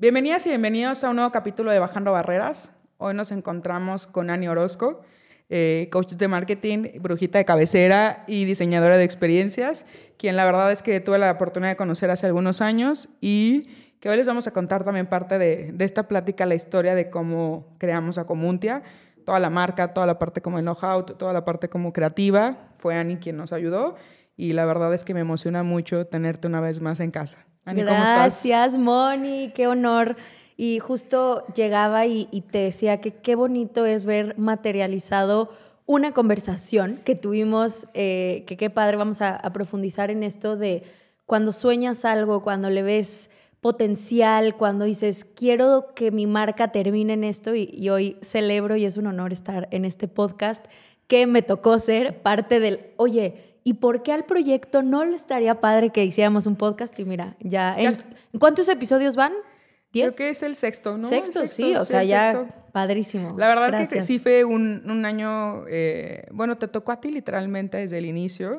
Bienvenidas y bienvenidos a un nuevo capítulo de Bajando Barreras. Hoy nos encontramos con Ani Orozco, coach de marketing, brujita de cabecera y diseñadora de experiencias, quien la verdad es que tuve la oportunidad de conocer hace algunos años y que hoy les vamos a contar también parte de esta plática, la historia de cómo creamos a Comuntia, toda la marca, toda la parte como el know-how, toda la parte como creativa. Fue Ani quien nos ayudó y la verdad es que me emociona mucho tenerte una vez más en casa. Ani, ¿cómo estás? Gracias, Moni, qué honor. Y justo llegaba y te decía que qué bonito es ver materializado una conversación que tuvimos, que qué padre, vamos a profundizar en esto de cuando sueñas algo, cuando le ves potencial, cuando dices, quiero que mi marca termine en esto y hoy celebro y es un honor estar en este podcast que me tocó ser parte del, oye, ¿y por qué al proyecto no le estaría padre que hiciéramos un podcast? Y mira, ya ¿en cuántos episodios van? ¿10? Creo que es el sexto, ¿no? Sexto, sí, o sea, ya sexto. Padrísimo. La verdad Gracias. que sí fue un año, bueno, te tocó a ti literalmente desde el inicio,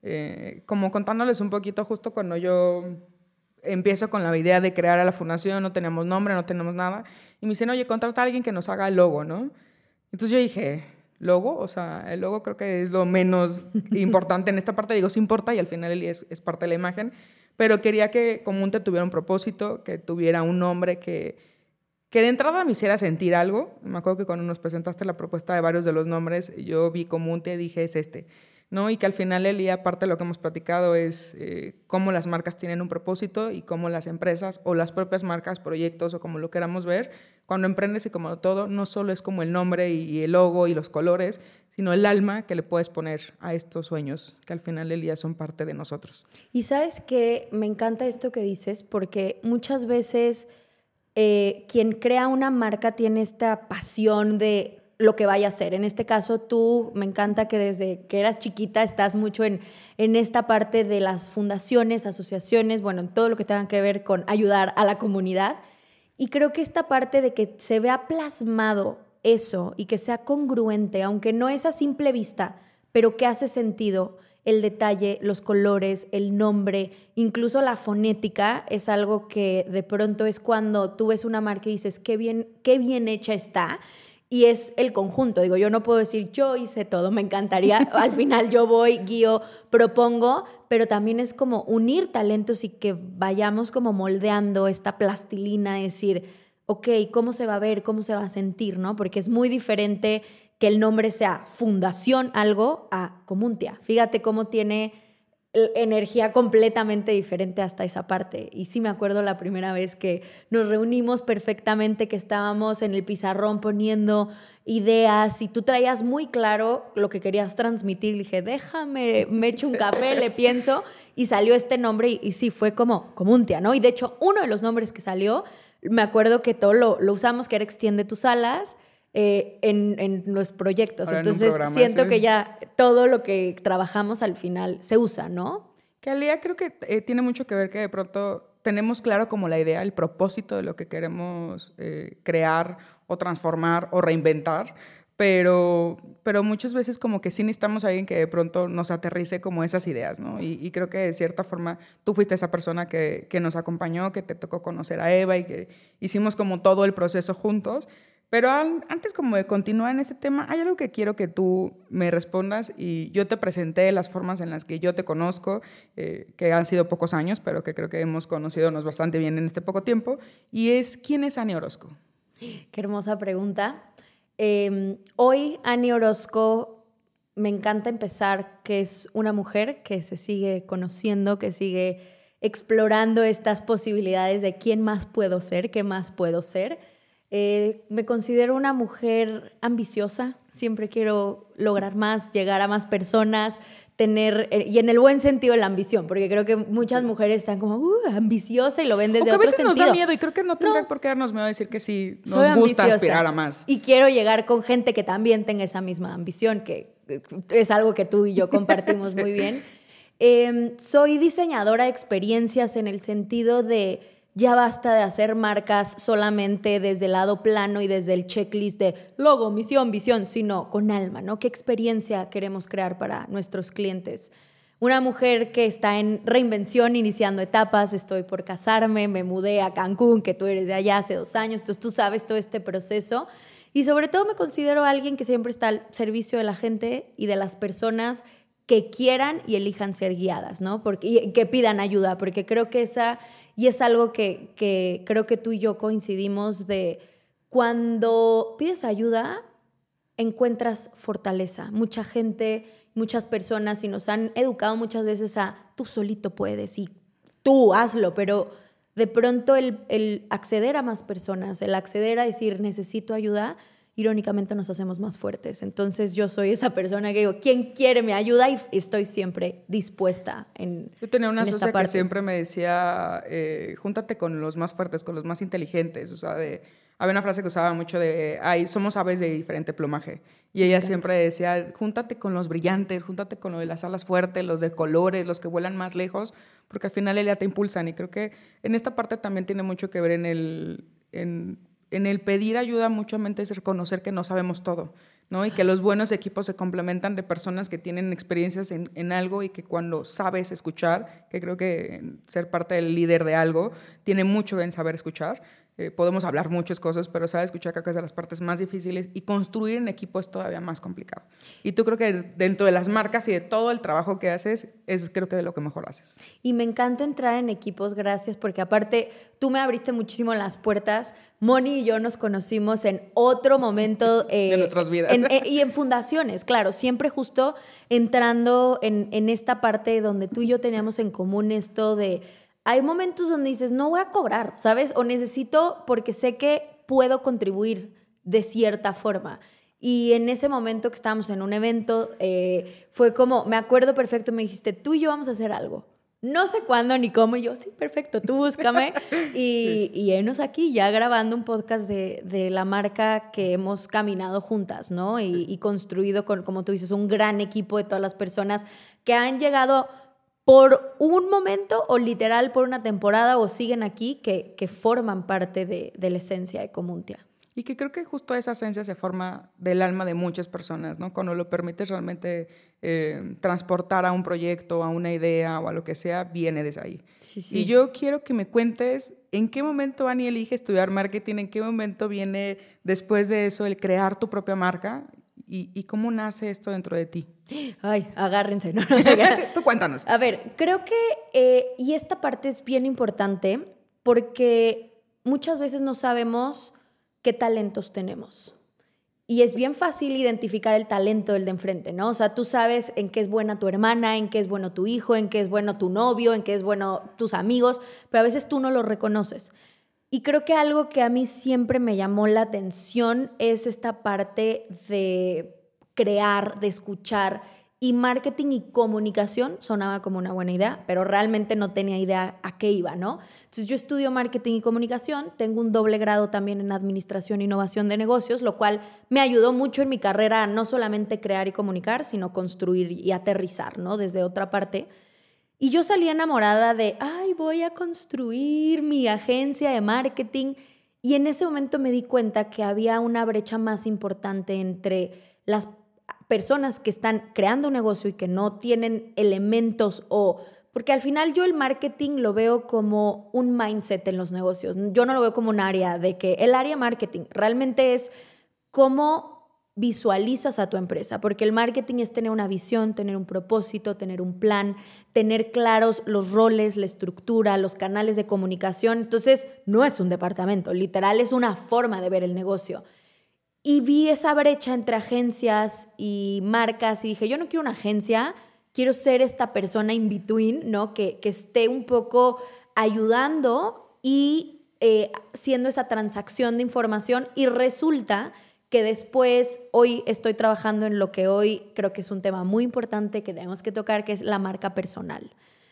como contándoles un poquito justo cuando yo empiezo con la idea de crear a la fundación, no tenemos nombre, no tenemos nada, y me dicen, oye, contrata a alguien que nos haga el logo, ¿no? Entonces yo dije, ¿logo? O sea, el logo creo que es lo menos importante en esta parte, digo, sí importa y al final es parte de la imagen, pero quería que Comuntia tuviera un propósito, que tuviera un nombre que de entrada me hiciera sentir algo. Me acuerdo que cuando nos presentaste la propuesta de varios de los nombres, yo vi Comuntia y dije, es este, ¿no? Y que al final el día, aparte de lo que hemos platicado, es cómo las marcas tienen un propósito y cómo las empresas o las propias marcas, proyectos o como lo queramos ver, cuando emprendes y como todo, no solo es como el nombre y el logo y los colores, sino el alma que le puedes poner a estos sueños, que al final del día son parte de nosotros. Y sabes que me encanta esto que dices, porque muchas veces quien crea una marca tiene esta pasión de lo que vaya a hacer. En este caso, tú, me encanta que desde que eras chiquita estás mucho en esta parte de las fundaciones, asociaciones, bueno, en todo lo que tenga que ver con ayudar a la comunidad. Y creo que esta parte de que se vea plasmado eso y que sea congruente, aunque no es a simple vista, pero que hace sentido, el detalle, los colores, el nombre, incluso la fonética, es algo que de pronto es cuando tú ves una marca y dices, qué bien hecha está. Y es el conjunto. Digo, yo no puedo decir, yo hice todo, me encantaría. Al final yo voy, guío, propongo, pero también es como unir talentos y que vayamos como moldeando esta plastilina, decir, ok, ¿cómo se va a ver? ¿Cómo se va a sentir? ¿No? Porque es muy diferente que el nombre sea Fundación algo a Comuntia. Fíjate cómo tiene energía completamente diferente hasta esa parte. Y sí me acuerdo la primera vez que nos reunimos perfectamente, que estábamos en el pizarrón poniendo ideas y tú traías muy claro lo que querías transmitir. Le dije, déjame, me echo un café, le pienso, y salió este nombre y sí, fue como Comuntia, ¿no? Y de hecho, uno de los nombres que salió, me acuerdo que todo lo usamos, que era Extiende tus alas, en los proyectos. Ahora entonces programa, siento sí. que ya todo lo que trabajamos al final se usa, ¿no? Que al día creo que tiene mucho que ver que de pronto tenemos claro como la idea, el propósito de lo que queremos crear o transformar o reinventar, pero muchas veces como que sí necesitamos a alguien que de pronto nos aterrice como esas ideas, ¿no? Y creo que de cierta forma tú fuiste esa persona que nos acompañó, que te tocó conocer a Eva y que hicimos como todo el proceso juntos. Pero antes como de continuar en este tema, hay algo que quiero que tú me respondas y yo te presenté las formas en las que yo te conozco, que han sido pocos años, pero que creo que hemos conocidonos bastante bien en este poco tiempo, y es, ¿quién es Ani Orozco? Qué hermosa pregunta. Hoy Ani Orozco, me encanta empezar que es una mujer que se sigue conociendo, que sigue explorando estas posibilidades de quién más puedo ser, qué más puedo ser. Me considero una mujer ambiciosa, siempre quiero lograr más, llegar a más personas, tener, y en el buen sentido la ambición, porque creo que muchas mujeres están como ambiciosa y lo ven desde otro sentido. O que a veces nos da miedo y creo que no tendrá por qué darnos miedo decir que sí, nos gusta ambiciosa, aspirar a más. Y quiero llegar con gente que también tenga esa misma ambición, que es algo que tú y yo compartimos Sí. muy bien. Soy diseñadora de experiencias en el sentido de ya basta de hacer marcas solamente desde el lado plano y desde el checklist de logo, misión, visión, sino con alma, ¿no? ¿Qué experiencia queremos crear para nuestros clientes? una mujer que está en reinvención, iniciando etapas, estoy por casarme, me mudé a Cancún, que tú eres de allá hace 2 años, entonces tú sabes todo este proceso. Y sobre todo me considero alguien que siempre está al servicio de la gente y de las personas que quieran y elijan ser guiadas, ¿no? Y que pidan ayuda, porque creo que y es algo que creo que tú y yo coincidimos de cuando pides ayuda, encuentras fortaleza. Mucha gente, muchas personas, y nos han educado muchas veces a tú solito puedes y tú hazlo, pero de pronto el acceder a más personas, el acceder a decir necesito ayuda, irónicamente nos hacemos más fuertes. Entonces yo soy esa persona que digo, ¿quién quiere mi ayuda? Y estoy siempre dispuesta Yo tenía una socia que parte. siempre me decía, júntate con los más fuertes, con los más inteligentes. O sea, había una frase que usaba mucho de, somos aves de diferente plumaje. Y ella siempre decía, júntate con los brillantes, júntate con los de las alas fuertes, los de colores, los que vuelan más lejos, porque al final ya te impulsan. Y creo que en esta parte también tiene mucho que ver en el pedir ayuda, muchamente es reconocer que no sabemos todo, ¿no? Y que los buenos equipos se complementan de personas que tienen experiencias en algo y que cuando sabes escuchar, que creo que ser parte del líder de algo tiene mucho en saber escuchar. Podemos hablar muchas cosas, pero saber escuchar creo que es de las partes más difíciles y construir en equipo es todavía más complicado. Y tú creo que dentro de las marcas y de todo el trabajo que haces, es creo que de lo que mejor haces. Y me encanta entrar en equipos, gracias, porque aparte tú me abriste muchísimo las puertas. Moni y yo nos conocimos en otro momento de nuestras vidas. Y en fundaciones, claro, siempre justo entrando en esta parte donde tú y yo teníamos en común esto de hay momentos donde dices, no voy a cobrar, ¿sabes? O necesito porque sé que puedo contribuir de cierta forma. Y en ese momento que estábamos en un evento, fue como, me acuerdo perfecto, me dijiste, tú y yo vamos a hacer algo. No sé cuándo ni cómo, y yo, sí, perfecto, tú búscame. Y enos aquí ya grabando un podcast de la marca que hemos caminado juntas, ¿no? Y construido, como tú dices, un gran equipo de todas las personas que han llegado por un momento o literal por una temporada o siguen aquí que forman parte de la esencia de Comuntia. Y que creo que justo esa esencia se forma del alma de muchas personas, ¿no? Cuando lo permites realmente transportar a un proyecto, a una idea o a lo que sea, viene desde ahí. Sí, sí. Y yo quiero que me cuentes en qué momento Ani elige estudiar marketing, en qué momento viene después de eso el crear tu propia marca y cómo nace esto dentro de ti. Ay, agárrense, no. Tú cuéntanos. A ver, creo que, y esta parte es bien importante porque muchas veces no sabemos qué talentos tenemos. Y es bien fácil identificar el talento del de enfrente, ¿no? O sea, tú sabes en qué es buena tu hermana, en qué es bueno tu hijo, en qué es bueno tu novio, en qué es bueno tus amigos, pero a veces tú no lo reconoces. Y creo que algo que a mí siempre me llamó la atención es esta parte de crear, de escuchar. Y marketing y comunicación sonaba como una buena idea, pero realmente no tenía idea a qué iba, ¿no? Entonces yo estudio marketing y comunicación, tengo un doble grado también en administración e innovación de negocios, lo cual me ayudó mucho en mi carrera a no solamente crear y comunicar, sino construir y aterrizar, ¿no? Desde otra parte. Y yo salí enamorada de, voy a construir mi agencia de marketing. Y en ese momento me di cuenta que había una brecha más importante entre las personas que están creando un negocio y que no tienen elementos porque al final yo el marketing lo veo como un mindset en los negocios. Yo no lo veo como un área de que el área marketing realmente es cómo visualizas a tu empresa, porque el marketing es tener una visión, tener un propósito, tener un plan, tener claros los roles, la estructura, los canales de comunicación. Entonces, no es un departamento, literal es una forma de ver el negocio. Y vi esa brecha entre agencias y marcas y dije, yo no quiero una agencia, quiero ser esta persona in between, ¿no? Que esté un poco ayudando y siendo esa transacción de información. Y resulta que después, hoy estoy trabajando en lo que hoy creo que es un tema muy importante que tenemos que tocar, que es la marca personal.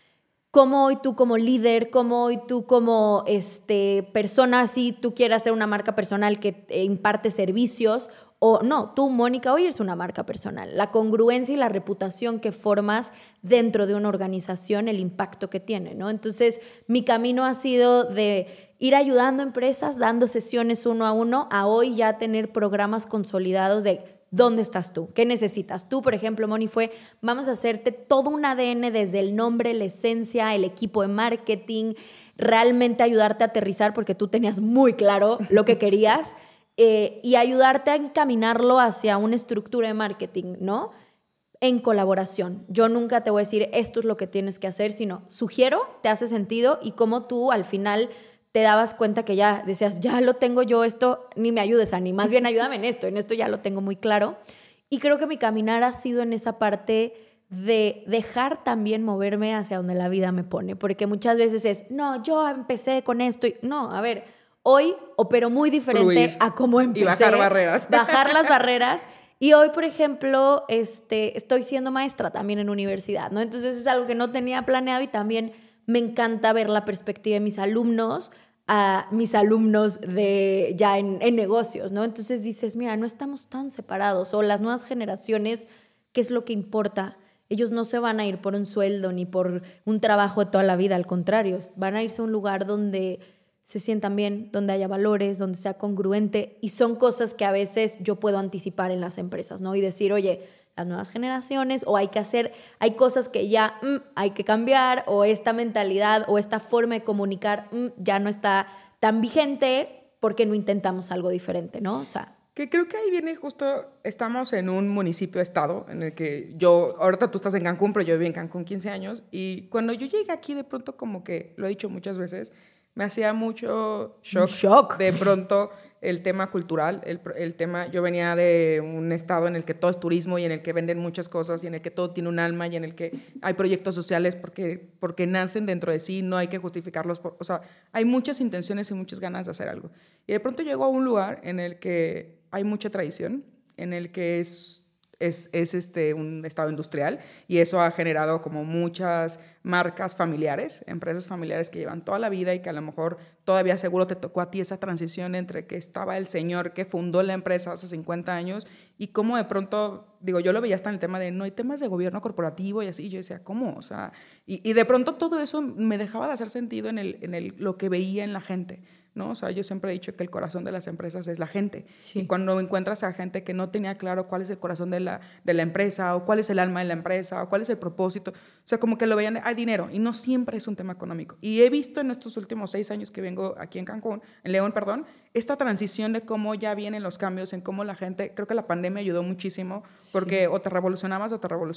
Cómo hoy tú como líder, cómo hoy tú como persona, si tú quieres hacer una marca personal que imparte servicios o no, tú, Mónica, hoy eres una marca personal. La congruencia y la reputación que formas dentro de una organización, el impacto que tiene, ¿no? Entonces, mi camino ha sido de ir ayudando a empresas, dando sesiones 1 a 1, a hoy ya tener programas consolidados de ¿dónde estás tú? ¿Qué necesitas? Tú, por ejemplo, Moni, vamos a hacerte todo un ADN desde el nombre, la esencia, el equipo de marketing, realmente ayudarte a aterrizar porque tú tenías muy claro lo que querías y ayudarte a encaminarlo hacia una estructura de marketing, ¿no? En colaboración. Yo nunca te voy a decir esto es lo que tienes que hacer, sino sugiero, te hace sentido y cómo tú al final te dabas cuenta que ya decías, ya lo tengo yo, esto ni me ayudes, Ani, más bien ayúdame en esto ya lo tengo muy claro. Y creo que mi caminar ha sido en esa parte de dejar también moverme hacia donde la vida me pone, porque muchas veces es, no, yo empecé con esto y no, a ver, hoy opero muy diferente Fluir. A cómo empecé. Y bajar barreras. Bajar las barreras. Y hoy, por ejemplo, estoy siendo maestra también en universidad, ¿no? Entonces es algo que no tenía planeado y también me encanta ver la perspectiva de mis alumnos a mis alumnos ya en negocios, ¿no? Entonces dices, mira, no estamos tan separados. O las nuevas generaciones, ¿qué es lo que importa? Ellos no se van a ir por un sueldo ni por un trabajo de toda la vida, al contrario, van a irse a un lugar donde se sientan bien, donde haya valores, donde sea congruente, y son cosas que a veces yo puedo anticipar en las empresas, ¿no? Y decir, oye, las nuevas generaciones, o hay cosas que ya hay que cambiar, o esta mentalidad o esta forma de comunicar ya no está tan vigente porque no intentamos algo diferente, ¿no? O sea, que creo que ahí viene justo, estamos en un municipio-estado en el que ahorita tú estás en Cancún, pero yo viví en Cancún 15 años, y cuando yo llegué aquí de pronto como que, lo he dicho muchas veces, me hacía mucho shock. De pronto el tema cultural, el tema, yo venía de un estado en el que todo es turismo y en el que venden muchas cosas y en el que todo tiene un alma y en el que hay proyectos sociales porque nacen dentro de sí, no hay que justificarlos, o sea, hay muchas intenciones y muchas ganas de hacer algo. Y de pronto llego a un lugar en el que hay mucha tradición, en el que es un estado industrial, y eso ha generado como muchas marcas familiares, empresas familiares que llevan toda la vida y que a lo mejor todavía seguro te tocó a ti esa transición entre que estaba el señor que fundó la empresa hace 50 años y cómo de pronto, digo, yo lo veía hasta en el tema de, no hay temas de gobierno corporativo y así, y yo decía, ¿cómo? O sea, y de pronto todo eso me dejaba de hacer sentido en lo que veía en la gente, ¿no? O sea, yo siempre he dicho que el corazón de las empresas es la gente. Sí. Y cuando encuentras a gente que no tenía claro cuál es el corazón de la empresa, o cuál es el alma de la empresa, o cuál es el propósito, o sea, como que lo veían, hay dinero, y no siempre es un tema económico. Y he visto en estos últimos 6 años que vengo aquí en León, esta transición de cómo ya vienen los cambios, en cómo la gente, creo que la pandemia ayudó muchísimo, porque o te revolucionabas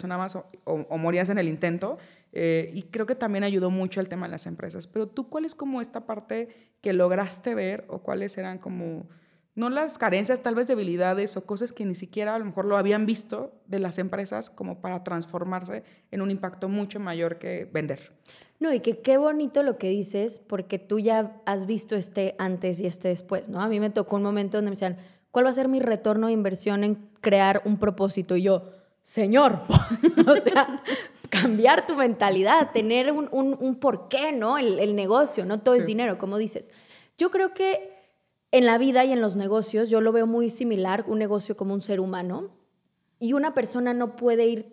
o morías en el intento, y creo que también ayudó mucho el tema de las empresas. Pero tú, ¿cuál es como esta parte que lograste ver, o cuáles eran como, no las carencias, tal vez debilidades o cosas que ni siquiera a lo mejor lo habían visto de las empresas como para transformarse en un impacto mucho mayor que vender? No, y que qué bonito lo que dices, porque tú ya has visto antes y después, ¿no? A mí me tocó un momento donde me decían, ¿cuál va a ser mi retorno de inversión en crear un propósito? Y yo, señor, o sea, cambiar tu mentalidad, tener un porqué, ¿no? El negocio, no todo es dinero, como dices. Yo creo que en la vida y en los negocios yo lo veo muy similar, un negocio como un ser humano, y una persona no puede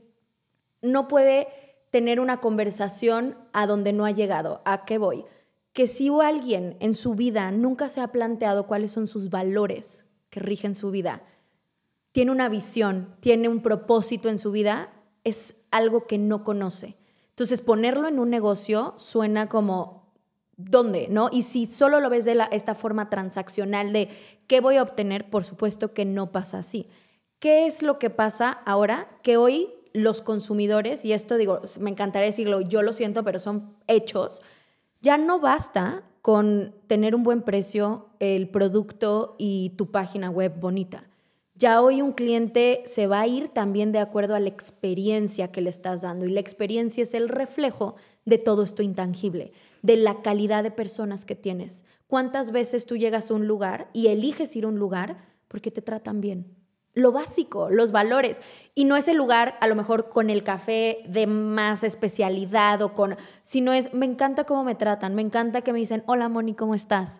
tener una conversación a donde no ha llegado. ¿A qué voy? Que si alguien en su vida nunca se ha planteado cuáles son sus valores que rigen su vida, tiene una visión, tiene un propósito en su vida, es algo que no conoce. Entonces, ponerlo en un negocio suena como, ¿dónde? ¿No? Y si solo lo ves de esta forma transaccional de ¿qué voy a obtener? Por supuesto que no pasa así. ¿Qué es lo que pasa ahora? Que hoy los consumidores, y esto digo, me encantaría decirlo, yo lo siento, pero son hechos, ya no basta con tener un buen precio, el producto y tu página web bonita. Ya hoy un cliente se va a ir también de acuerdo a la experiencia que le estás dando, y la experiencia es el reflejo de todo esto intangible, de la calidad de personas que tienes. ¿Cuántas veces tú llegas a un lugar y eliges ir a un lugar porque te tratan bien? Lo básico, los valores. Y no es el lugar a lo mejor con el café de más especialidad sino es, me encanta cómo me tratan, me encanta que me dicen, hola Moni, ¿cómo estás?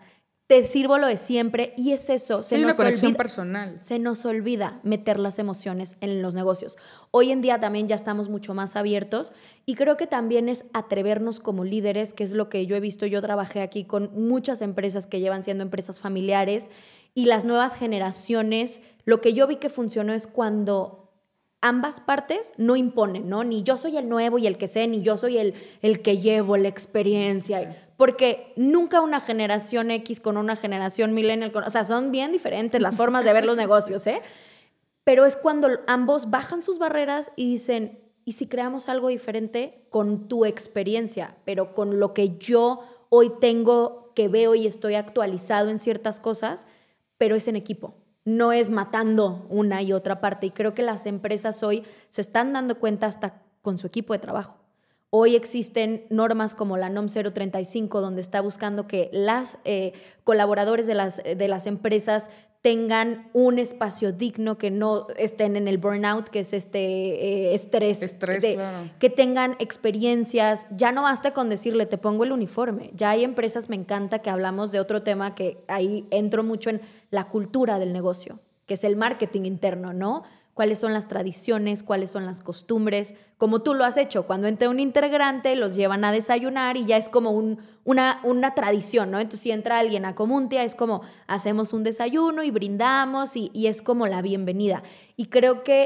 te sirvo lo de siempre y es eso. Sí, una conexión personal. Se nos olvida meter las emociones en los negocios. Hoy en día también ya estamos mucho más abiertos y creo que también es atrevernos como líderes, que es lo que yo he visto. Yo trabajé aquí con muchas empresas que llevan siendo empresas familiares y las nuevas generaciones, lo que yo vi que funcionó es cuando ambas partes no imponen, ¿no? Ni yo soy el nuevo y el que sé, ni yo soy el que llevo la experiencia. Porque nunca una generación X con una generación millennial, o sea, son bien diferentes las formas de ver los negocios, ¿eh? Pero es cuando ambos bajan sus barreras y dicen, ¿y si creamos algo diferente con tu experiencia, pero con lo que yo hoy tengo, que veo y estoy actualizado en ciertas cosas, pero es en equipo? No es matando una y otra parte. Y creo que las empresas hoy se están dando cuenta hasta con su equipo de trabajo. Hoy existen normas como la NOM 035, donde está buscando que las colaboradores de las empresas tengan un espacio digno, que no estén en el burnout, que es estrés, claro. Que tengan experiencias. Ya no basta con decirle, te pongo el uniforme. Ya hay empresas, me encanta que hablamos de otro tema que ahí entro mucho en la cultura del negocio, que es el marketing interno, ¿no? Cuáles son las tradiciones, cuáles son las costumbres, como tú lo has hecho. Cuando entra un integrante, los llevan a desayunar y ya es como una tradición, ¿no? Entonces, si entra alguien a Comuntia, es como hacemos un desayuno y brindamos y es como la bienvenida. Y creo que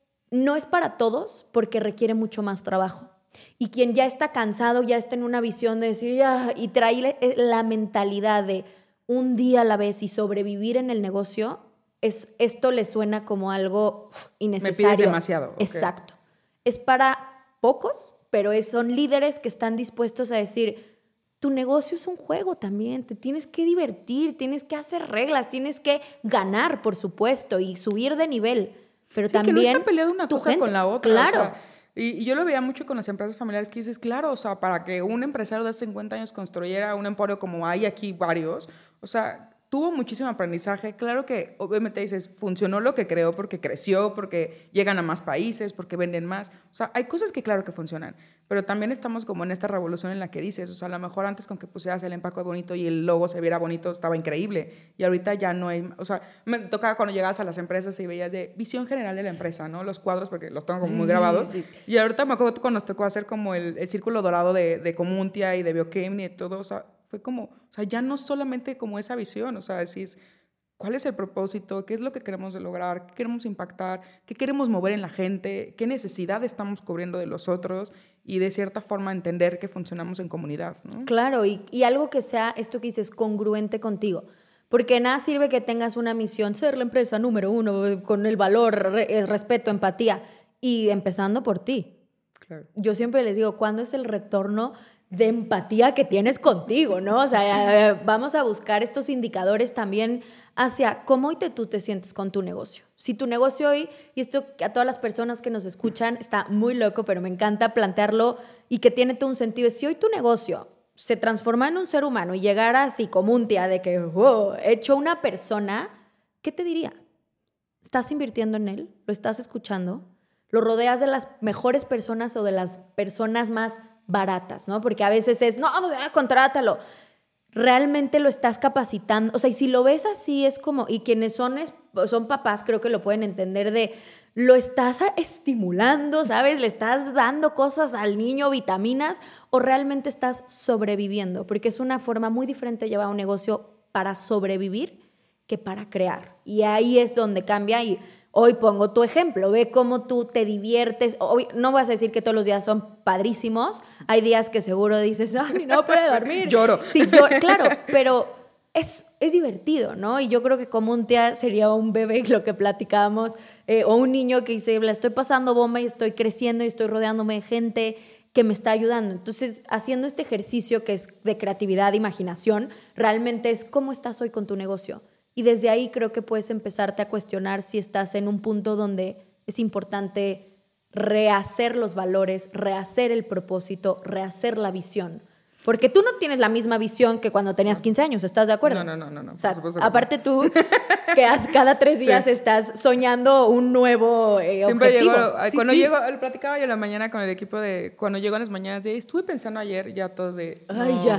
no es para todos porque requiere mucho más trabajo. Y quien ya está cansado, ya está en una visión de decir, ya, y trae la mentalidad de un día a la vez y sobrevivir en el negocio, esto le suena como algo innecesario. Me pides demasiado. Okay. Exacto. Es para pocos, pero son líderes que están dispuestos a decir, tu negocio es un juego también, te tienes que divertir, tienes que hacer reglas, tienes que ganar, por supuesto, y subir de nivel. Pero sí, también que no está peleada una cosa gente, con la otra. Claro. O sea, y yo lo veía mucho con las empresas familiares que dices, claro, o sea, para que un empresario de hace 50 años construyera un emporio como hay aquí varios, o sea, tuvo muchísimo aprendizaje. Claro que obviamente dices, funcionó lo que creó porque creció, porque llegan a más países, porque venden más. O sea, hay cosas que claro que funcionan, pero también estamos como en esta revolución en la que dices, o sea, a lo mejor antes con que pusieras el empaque bonito y el logo se viera bonito estaba increíble y ahorita ya no hay, o sea, me tocaba cuando llegabas a las empresas y veías de visión general de la empresa, ¿no? Los cuadros, porque los tengo como muy grabados. Sí. Y ahorita me acuerdo cuando nos tocó hacer como el círculo dorado de Comuntia y de Bioquímica y todo, o sea, fue como, o sea, ya no solamente como esa visión, o sea, decís, ¿cuál es el propósito? ¿Qué es lo que queremos lograr? ¿Qué queremos impactar? ¿Qué queremos mover en la gente? ¿Qué necesidad estamos cubriendo de los otros? Y de cierta forma entender que funcionamos en comunidad, ¿no? Claro, y algo que sea, esto que dices, congruente contigo. Porque nada sirve que tengas una misión, ser la empresa número 1, con el valor, respeto, empatía, y empezando por ti. Claro. Yo siempre les digo, ¿cuándo es el retorno de empatía que tienes contigo, ¿no? O sea, vamos a buscar estos indicadores también hacia cómo hoy tú te sientes con tu negocio. Si tu negocio hoy, y esto a todas las personas que nos escuchan, está muy loco, pero me encanta plantearlo y que tiene todo un sentido. Si hoy tu negocio se transforma en un ser humano y llegara así como un día de que, wow, hecho una persona, ¿qué te diría? ¿Estás invirtiendo en él? ¿Lo estás escuchando? ¿Lo rodeas de las mejores personas o de las personas más baratas, ¿no? Porque a veces es, no, vamos a contrátalo. Realmente lo estás capacitando. O sea, y si lo ves así, es como, y quienes son papás, creo que lo pueden entender de, lo estás estimulando, ¿sabes? Le estás dando cosas al niño, vitaminas, o realmente estás sobreviviendo, porque es una forma muy diferente de llevar un negocio para sobrevivir que para crear. Y ahí es donde cambia y hoy pongo tu ejemplo, ve cómo tú te diviertes. Hoy, no vas a decir que todos los días son padrísimos. Hay días que seguro dices, ay, no puedo dormir. Lloro. Sí, claro, pero es divertido, ¿no? Y yo creo que como un día sería un bebé, lo que platicábamos, o un niño que dice, la estoy pasando bomba y estoy creciendo y estoy rodeándome de gente que me está ayudando. Entonces, haciendo este ejercicio que es de creatividad, imaginación, realmente es cómo estás hoy con tu negocio. Y desde ahí creo que puedes empezarte a cuestionar si estás en un punto donde es importante rehacer los valores, rehacer el propósito, rehacer la visión. Porque tú no tienes la misma visión que cuando tenías 15 años, ¿estás de acuerdo? No. O sea, aparte tú, que cada 3 días estás soñando un nuevo Siempre objetivo. Cuando llego, platicaba yo en la mañana con el equipo de, cuando llego en las mañanas, estuve pensando ayer, ya todos de... Ay, ya.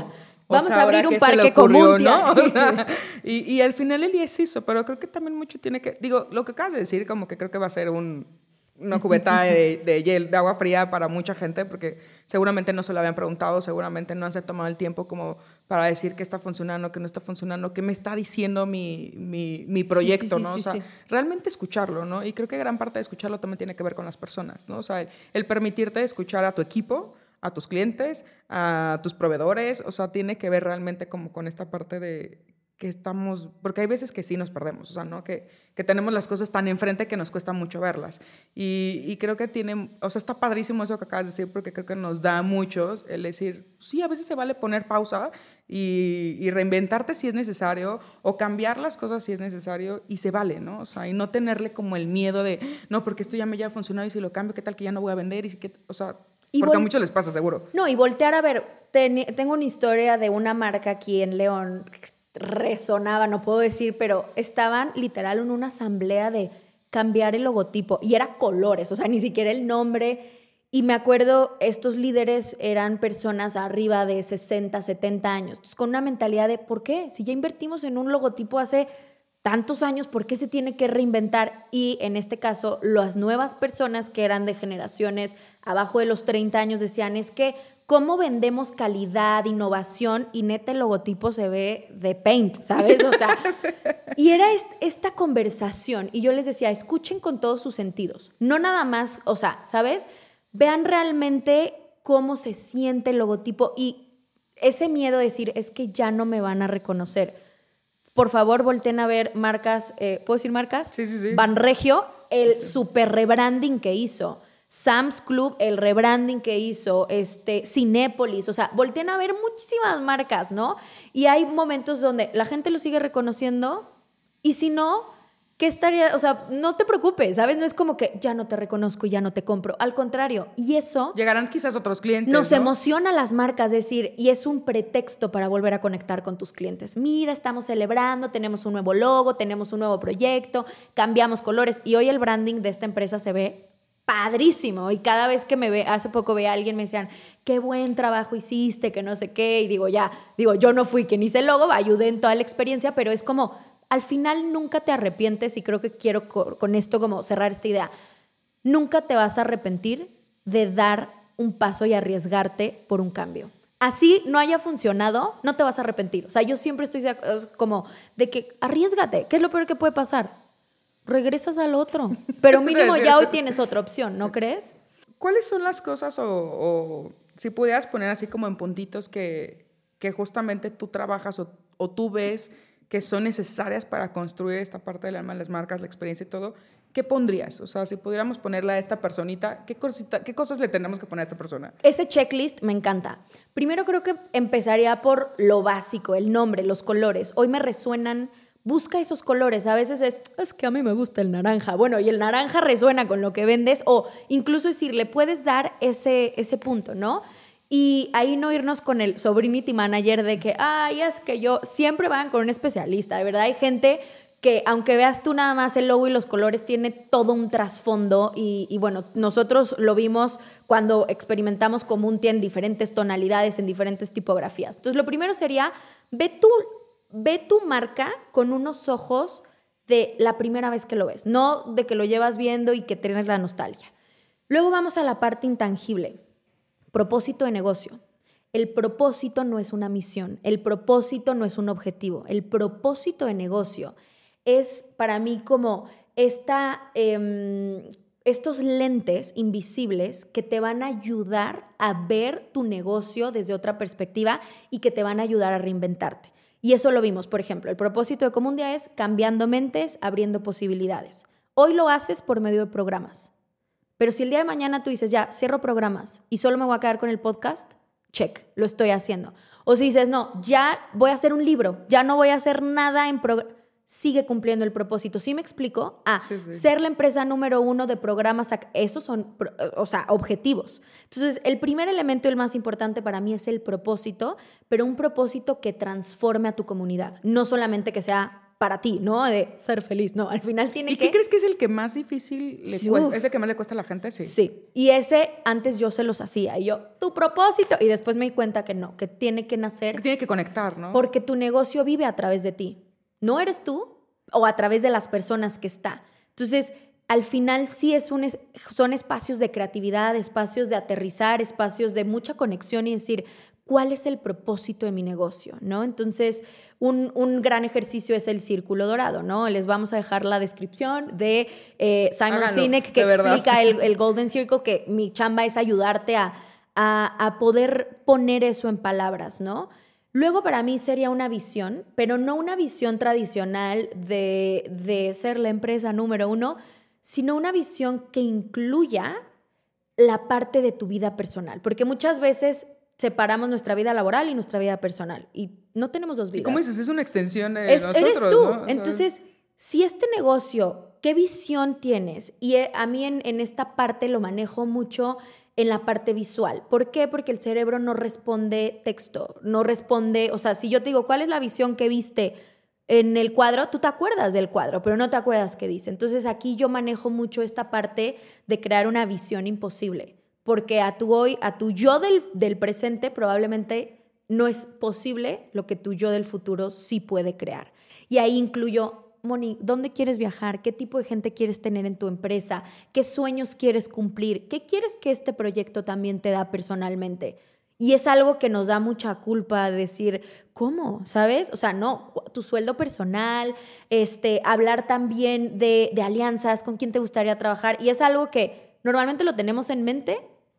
Vamos a abrir un ¿qué se le parque ocurrió, común, no? tía. O sea, y al final él es eso, pero creo que también mucho tiene que... Digo, lo que acabas de decir, como que creo que va a ser una cubeta de agua fría para mucha gente, porque seguramente no se lo habían preguntado, seguramente no se han tomado el tiempo como para decir qué está funcionando, qué no está funcionando, qué me está diciendo mi proyecto, ¿no? O sea, realmente escucharlo, ¿no? Y creo que gran parte de escucharlo también tiene que ver con las personas, ¿no? O sea, el permitirte escuchar a tu equipo, a tus clientes, a tus proveedores, o sea, tiene que ver realmente como con esta parte de que estamos, porque hay veces que sí nos perdemos, o sea, ¿no? Que tenemos las cosas tan enfrente que nos cuesta mucho verlas. Y creo que o sea, está padrísimo eso que acabas de decir, porque creo que nos da a muchos el decir, sí, a veces se vale poner pausa y reinventarte si es necesario, o cambiar las cosas si es necesario, y se vale, ¿no? O sea, y no tenerle como el miedo de, no, porque esto ya me lleva a funcionar y si lo cambio, ¿qué tal que ya no voy a vender? O sea, porque a muchos les pasa, seguro. No, y voltear a ver, tengo una historia de una marca aquí en León, resonaba, no puedo decir, pero estaban literal en una asamblea de cambiar el logotipo y era colores, o sea, ni siquiera el nombre. Y me acuerdo, estos líderes eran personas arriba de 60, 70 años, entonces, con una mentalidad de, ¿por qué? Si ya invertimos en un logotipo hace tantos años, ¿por qué se tiene que reinventar? Y en este caso, las nuevas personas que eran de generaciones abajo de los 30 años decían, es que ¿cómo vendemos calidad, innovación? Y neta el logotipo se ve de Paint, ¿sabes? O sea, y era esta conversación. Y yo les decía, escuchen con todos sus sentidos. No nada más, o sea, ¿sabes? Vean realmente cómo se siente el logotipo y ese miedo de decir, es que ya no me van a reconocer. Por favor, volteen a ver marcas, ¿puedo decir marcas? Sí. Banregio, el super rebranding que hizo. Sam's Club, el rebranding que hizo, Cinépolis, o sea, volteen a ver muchísimas marcas, ¿no? Y hay momentos donde la gente lo sigue reconociendo y si no, ¿qué estaría? O sea, no te preocupes, ¿sabes? No es como que ya no te reconozco y ya no te compro. Al contrario, y eso... Llegarán quizás otros clientes, nos ¿no? emociona a las marcas, decir, y es un pretexto para volver a conectar con tus clientes. Mira, estamos celebrando, tenemos un nuevo logo, tenemos un nuevo proyecto, cambiamos colores y hoy el branding de esta empresa se ve padrísimo y cada vez que hace poco ve a alguien me decían, qué buen trabajo hiciste, que no sé qué, y digo, yo no fui quien hice el logo, ayudé en toda la experiencia, pero es como, al final nunca te arrepientes y creo que quiero con esto como cerrar esta idea, nunca te vas a arrepentir de dar un paso y arriesgarte por un cambio. Así no haya funcionado, no te vas a arrepentir. O sea, yo siempre estoy como de que arriésgate, ¿qué es lo peor que puede pasar? Regresas al otro. Pero mínimo ya hoy tienes otra opción, ¿no crees? ¿Cuáles son las cosas o si pudieras poner así como en puntitos que justamente tú trabajas o tú ves que son necesarias para construir esta parte del alma de las marcas, la experiencia y todo, ¿qué pondrías? O sea, si pudiéramos ponerle a esta personita, ¿qué cosas le tenemos que poner a esta persona? Ese checklist me encanta. Primero creo que empezaría por lo básico, el nombre, los colores. Hoy me resuenan, busca esos colores. A veces es que a mí me gusta el naranja. Bueno, y el naranja resuena con lo que vendes o incluso decir, le puedes dar ese punto, ¿no? Y ahí no irnos con el sobrinity manager de que, es que yo, siempre van con un especialista, de verdad hay gente que aunque veas tú nada más el logo y los colores, tiene todo un trasfondo y bueno, nosotros lo vimos cuando experimentamos como un en diferentes tonalidades, en diferentes tipografías. Entonces lo primero sería, ve tu marca con unos ojos de la primera vez que lo ves, no de que lo llevas viendo y que tienes la nostalgia. Luego vamos a la parte intangible. Propósito de negocio. El propósito no es una misión, el propósito no es un objetivo, el propósito de negocio es para mí como estos lentes invisibles que te van a ayudar a ver tu negocio desde otra perspectiva y que te van a ayudar a reinventarte. Y eso lo vimos, por ejemplo, el propósito de Comundia es cambiando mentes, abriendo posibilidades. Hoy lo haces por medio de programas. Pero si el día de mañana tú dices, ya, cierro programas y solo me voy a quedar con el podcast, check, lo estoy haciendo. O si dices, no, ya voy a hacer un libro, ya no voy a hacer nada en programa, sigue cumpliendo el propósito. ¿Sí me explico? Sí. Ser la empresa número 1 de programas, esos son, objetivos. Entonces, el primer elemento y el más importante para mí es el propósito, pero un propósito que transforme a tu comunidad. No solamente que sea para ti, ¿no? De ser feliz, no, al final tiene ¿Y que... qué crees que es el que más difícil le cuesta? ¿Es el que más le cuesta a la gente? Sí. Sí, y ese antes yo se los hacía y yo, tu propósito, y después me di cuenta que no, que tiene que nacer... Tiene que conectar, ¿no? Porque tu negocio vive a través de ti, no eres tú o a través de las personas que está. Entonces, al final sí son espacios de creatividad, espacios de aterrizar, espacios de mucha conexión y decir, ¿cuál es el propósito de mi negocio? ¿No? Entonces, un gran ejercicio es el círculo dorado, ¿no? Les vamos a dejar la descripción de Simon Sinek, que explica el Golden Circle, que mi chamba es ayudarte a poder poner eso en palabras, ¿no? Luego para mí sería una visión, pero no una visión tradicional de ser la empresa número 1, sino una visión que incluya la parte de tu vida personal. Porque muchas veces separamos nuestra vida laboral y nuestra vida personal y no tenemos dos vidas. ¿Y cómo dices? Es una extensión de nosotros, eres tú. ¿no? Entonces, si este negocio, ¿qué visión tienes? Y a mí en esta parte lo manejo mucho en la parte visual. ¿Por qué? Porque el cerebro no responde texto, no responde, o sea, si yo te digo, ¿cuál es la visión que viste en el cuadro? Tú te acuerdas del cuadro, pero no te acuerdas qué dice. Entonces aquí yo manejo mucho esta parte de crear una visión imposible, porque a tu yo del presente probablemente no es posible lo que tu yo del futuro sí puede crear. Y ahí incluyo, Moni, ¿dónde quieres viajar? ¿Qué tipo de gente quieres tener en tu empresa? ¿Qué sueños quieres cumplir? ¿Qué quieres que este proyecto también te da personalmente? Y es algo que nos da mucha culpa decir, ¿cómo? ¿Sabes? O sea, no, tu sueldo personal, hablar también de alianzas, con quién te gustaría trabajar. Y es algo que normalmente lo tenemos en mente,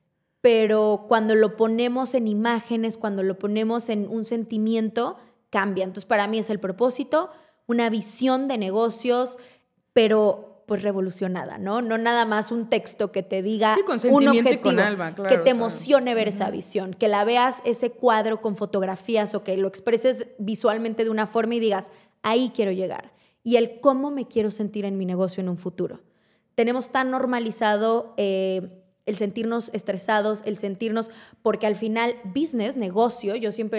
pero cuando lo ponemos en imágenes, cuando lo ponemos en un sentimiento, cambia. Entonces, para mí es el propósito, una visión de negocios, pero pues revolucionada, ¿no? No nada más un texto que te diga un objetivo, con alma, claro, que te emocione ver esa visión, que la veas ese cuadro con fotografías o que lo expreses visualmente de una forma y digas, ahí quiero llegar. Y el cómo me quiero sentir en mi negocio en un futuro. Tenemos tan normalizado el sentirnos estresados, el sentirnos, porque al final business, negocio, yo siempre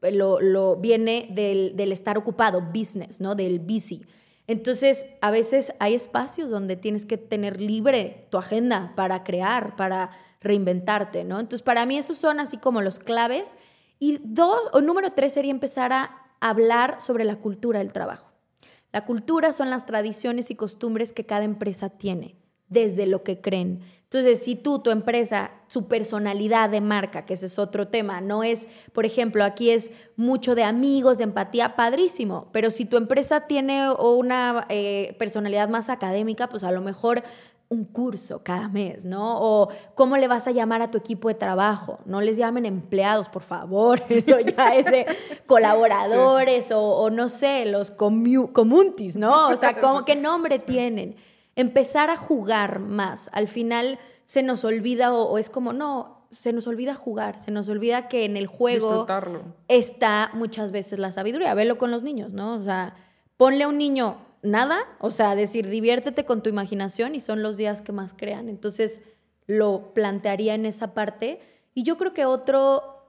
lo viene del estar ocupado, business, ¿no? Del busy. Entonces, a veces hay espacios donde tienes que tener libre tu agenda para crear, para reinventarte, ¿no? Entonces, para mí esos son así como los claves. Y número 3 sería empezar a hablar sobre la cultura del trabajo. La cultura son las tradiciones y costumbres que cada empresa tiene, desde lo que creen. Entonces, si tu empresa, su personalidad de marca, que ese es otro tema, no es, por ejemplo, aquí es mucho de amigos, de empatía, padrísimo, pero si tu empresa tiene una personalidad más académica, pues a lo mejor un curso cada mes, ¿no? O cómo le vas a llamar a tu equipo de trabajo. No les llamen empleados, por favor. Eso ya es de colaboradores sí. o no sé, los communties, ¿no? O sea, ¿qué nombre tienen? Empezar a jugar más. Al final se nos olvida o es como, no, se nos olvida jugar, se nos olvida que en el juego está muchas veces la sabiduría. Velo con los niños, ¿no? O sea, ponle a un niño nada, o sea, decir, diviértete con tu imaginación y son los días que más crean. Entonces, lo plantearía en esa parte. Y yo creo que otro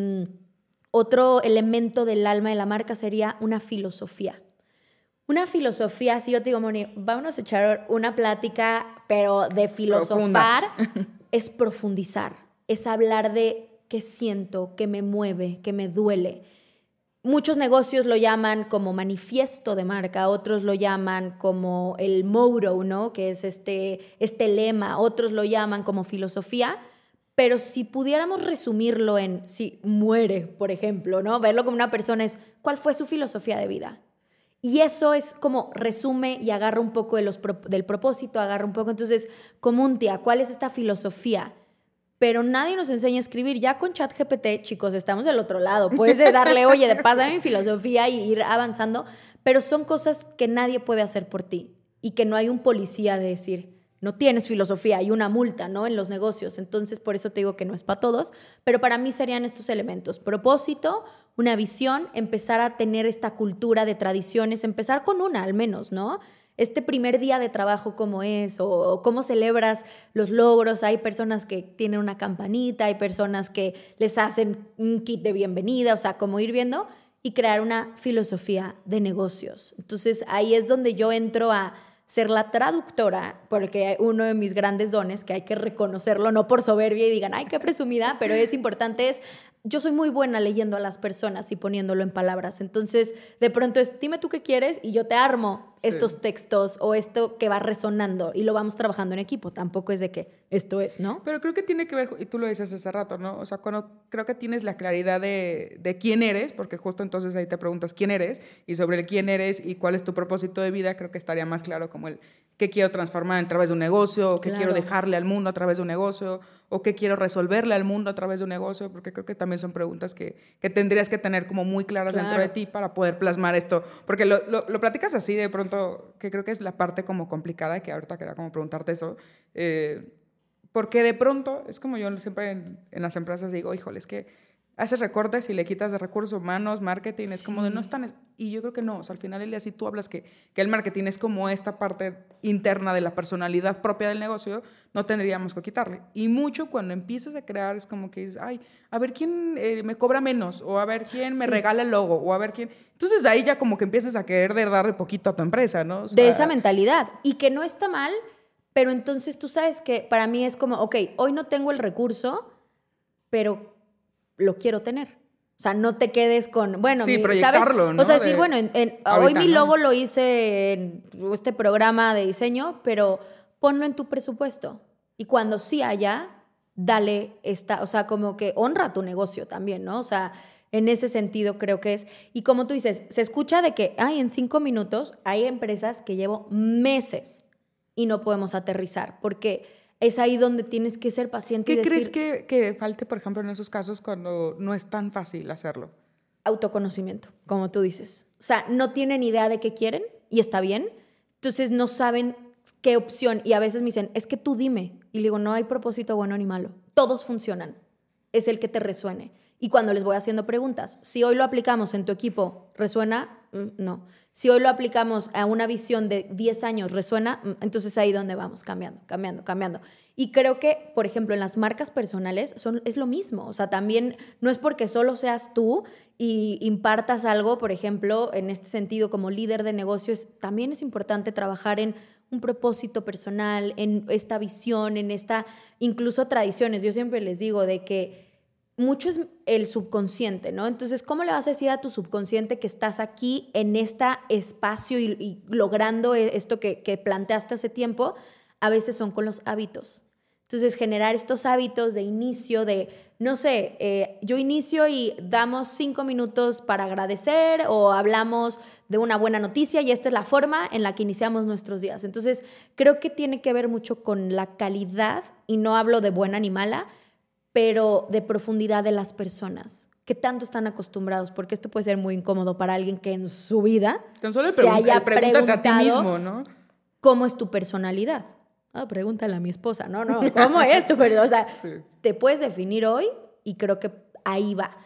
elemento del alma de la marca sería una filosofía. Una filosofía, si yo te digo, Moni, vámonos a echar una plática, pero de filosofar, es profundizar, es hablar de qué siento, qué me mueve, qué me duele. Muchos negocios lo llaman como manifiesto de marca, otros lo llaman como el motto, ¿no? Que es este lema, otros lo llaman como filosofía, pero si pudiéramos resumirlo en, si muere, por ejemplo, ¿no? Verlo como una persona es, ¿cuál fue su filosofía de vida? Y eso es como resume y agarra un poco del propósito, agarra un poco. Entonces, como un tía, ¿cuál es esta filosofía? Pero nadie nos enseña a escribir. Ya con ChatGPT, chicos, estamos del otro lado. Puedes darle, oye, pásame mi filosofía y ir avanzando, pero son cosas que nadie puede hacer por ti y que no hay un policía de decir, no tienes filosofía, hay una multa, ¿no? En los negocios. Entonces, por eso te digo que no es para todos, pero para mí serían estos elementos. Propósito, una visión, empezar a tener esta cultura de tradiciones, empezar con una al menos, ¿no? Este primer día de trabajo, ¿cómo es? O cómo celebras los logros. Hay personas que tienen una campanita, hay personas que les hacen un kit de bienvenida, o sea, como ir viendo. y crear una filosofía de negocios. Entonces ahí es donde yo entro a ser la traductora, porque uno de mis grandes dones, que hay que reconocerlo, no por soberbia y digan, ay, qué presumida, pero es importante, es, yo soy muy buena leyendo a las personas y poniéndolo en palabras. Entonces, de pronto es, dime tú qué quieres y yo te armo estos textos o esto que va resonando y lo vamos trabajando en equipo. Tampoco es de que esto es, ¿no? Pero creo que tiene que ver, y tú lo dices hace rato, ¿no? O sea, cuando creo que tienes la claridad de quién eres, porque justo entonces ahí te preguntas quién eres, y sobre el quién eres y cuál es tu propósito de vida, creo que estaría más claro como el qué quiero transformar a través de un negocio, o qué quiero dejarle al mundo a través de un negocio, o qué quiero resolverle al mundo a través de un negocio, porque creo que también son preguntas que tendrías que tener como muy claras dentro de ti para poder plasmar esto. Porque lo platicas así de pronto, que creo que es la parte como complicada, que ahorita quería como preguntarte eso, porque de pronto, es como yo siempre en las empresas digo, híjole, es que haces recortes y le quitas de recursos humanos, marketing, es como de no están... Y yo creo que no, o sea, al final, Elia, si tú hablas que el marketing es como esta parte interna de la personalidad propia del negocio, no tendríamos que quitarle. Y mucho cuando empiezas a crear es como que dices, ay, a ver quién me cobra menos, o a ver quién me regala el logo, o a ver quién... Entonces de ahí ya como que empiezas a querer darle poquito a tu empresa, ¿no? O sea, de esa mentalidad. Y que no está mal, pero entonces tú sabes que para mí es como, ok, hoy no tengo el recurso, pero lo quiero tener. O sea, no te quedes con, bueno, sí, proyectarlo, ¿sabes? ¿no? O sea, decir, bueno, hoy mi logo lo hice en este programa de diseño, pero ponlo en tu presupuesto. Y cuando sí haya, dale esta, o sea, como que honra tu negocio también, ¿no? O sea, en ese sentido creo que es. Y como tú dices, se escucha de que, ay, en 5 minutos hay empresas que llevo meses y no podemos aterrizar, porque es ahí donde tienes que ser paciente y decir... ¿Qué crees que falte, por ejemplo, en esos casos cuando no es tan fácil hacerlo? Autoconocimiento, como tú dices. O sea, no tienen idea de qué quieren y está bien. Entonces no saben qué opción. Y a veces me dicen, es que tú dime. Y le digo, no hay propósito bueno ni malo. Todos funcionan. Es el que te resuene. Y cuando les voy haciendo preguntas, si hoy lo aplicamos en tu equipo, ¿resuena? No. Si hoy lo aplicamos a una visión de 10 años, ¿resuena? Entonces ahí donde vamos, cambiando. Y creo que, por ejemplo, en las marcas personales es lo mismo. O sea, también no es porque solo seas tú y impartas algo, por ejemplo, en este sentido como líder de negocios, también es importante trabajar en un propósito personal, en esta visión, en esta, incluso tradiciones. Yo siempre les digo de que mucho es el subconsciente, ¿no? Entonces, ¿cómo le vas a decir a tu subconsciente que estás aquí en este espacio y logrando esto que planteaste hace tiempo? A veces son con los hábitos. Entonces, generar estos hábitos de inicio, de, no sé, yo inicio y damos 5 minutos para agradecer o hablamos de una buena noticia y esta es la forma en la que iniciamos nuestros días. Entonces, creo que tiene que ver mucho con la calidad, y no hablo de buena ni mala, pero de profundidad de las personas. ¿Qué tanto están acostumbrados? Porque esto puede ser muy incómodo para alguien que en su vida se haya preguntado a ti mismo, ¿no? ¿Cómo es tu personalidad? Pregúntale a mi esposa. No, ¿cómo es tu personalidad? O sea, sí. Te puedes definir hoy y creo que ahí va.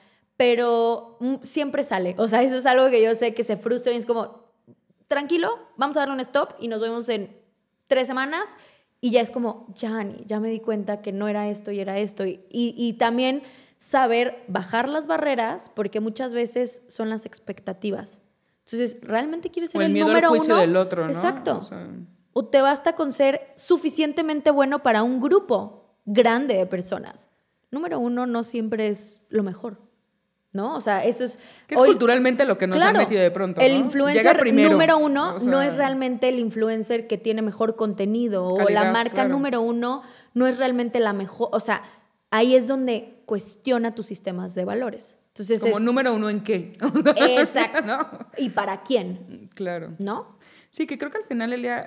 Pero siempre sale. O sea, eso es algo que yo sé que se frustra y es como, tranquilo, vamos a darle un stop y nos vemos en 3 semanas. Y ya es como, ya me di cuenta que no era esto y era esto. Y también saber bajar las barreras, porque muchas veces son las expectativas. Entonces, ¿realmente quieres ser el número 1? O el miedo al juicio del otro, ¿no? Exacto. O te basta con ser suficientemente bueno para un grupo grande de personas. Número 1 no siempre es lo mejor, ¿no? O sea, eso es... Que es culturalmente lo que nos han metido de pronto, ¿no? El influencer número 1 no es realmente el influencer que tiene mejor contenido, calidad, o la marca número 1 no es realmente la mejor. O sea, ahí es donde cuestiona tus sistemas de valores. Entonces como número 1 en qué. Exacto. ¿No? ¿Y para quién? Claro. ¿No? Sí, que creo que al final, Elia,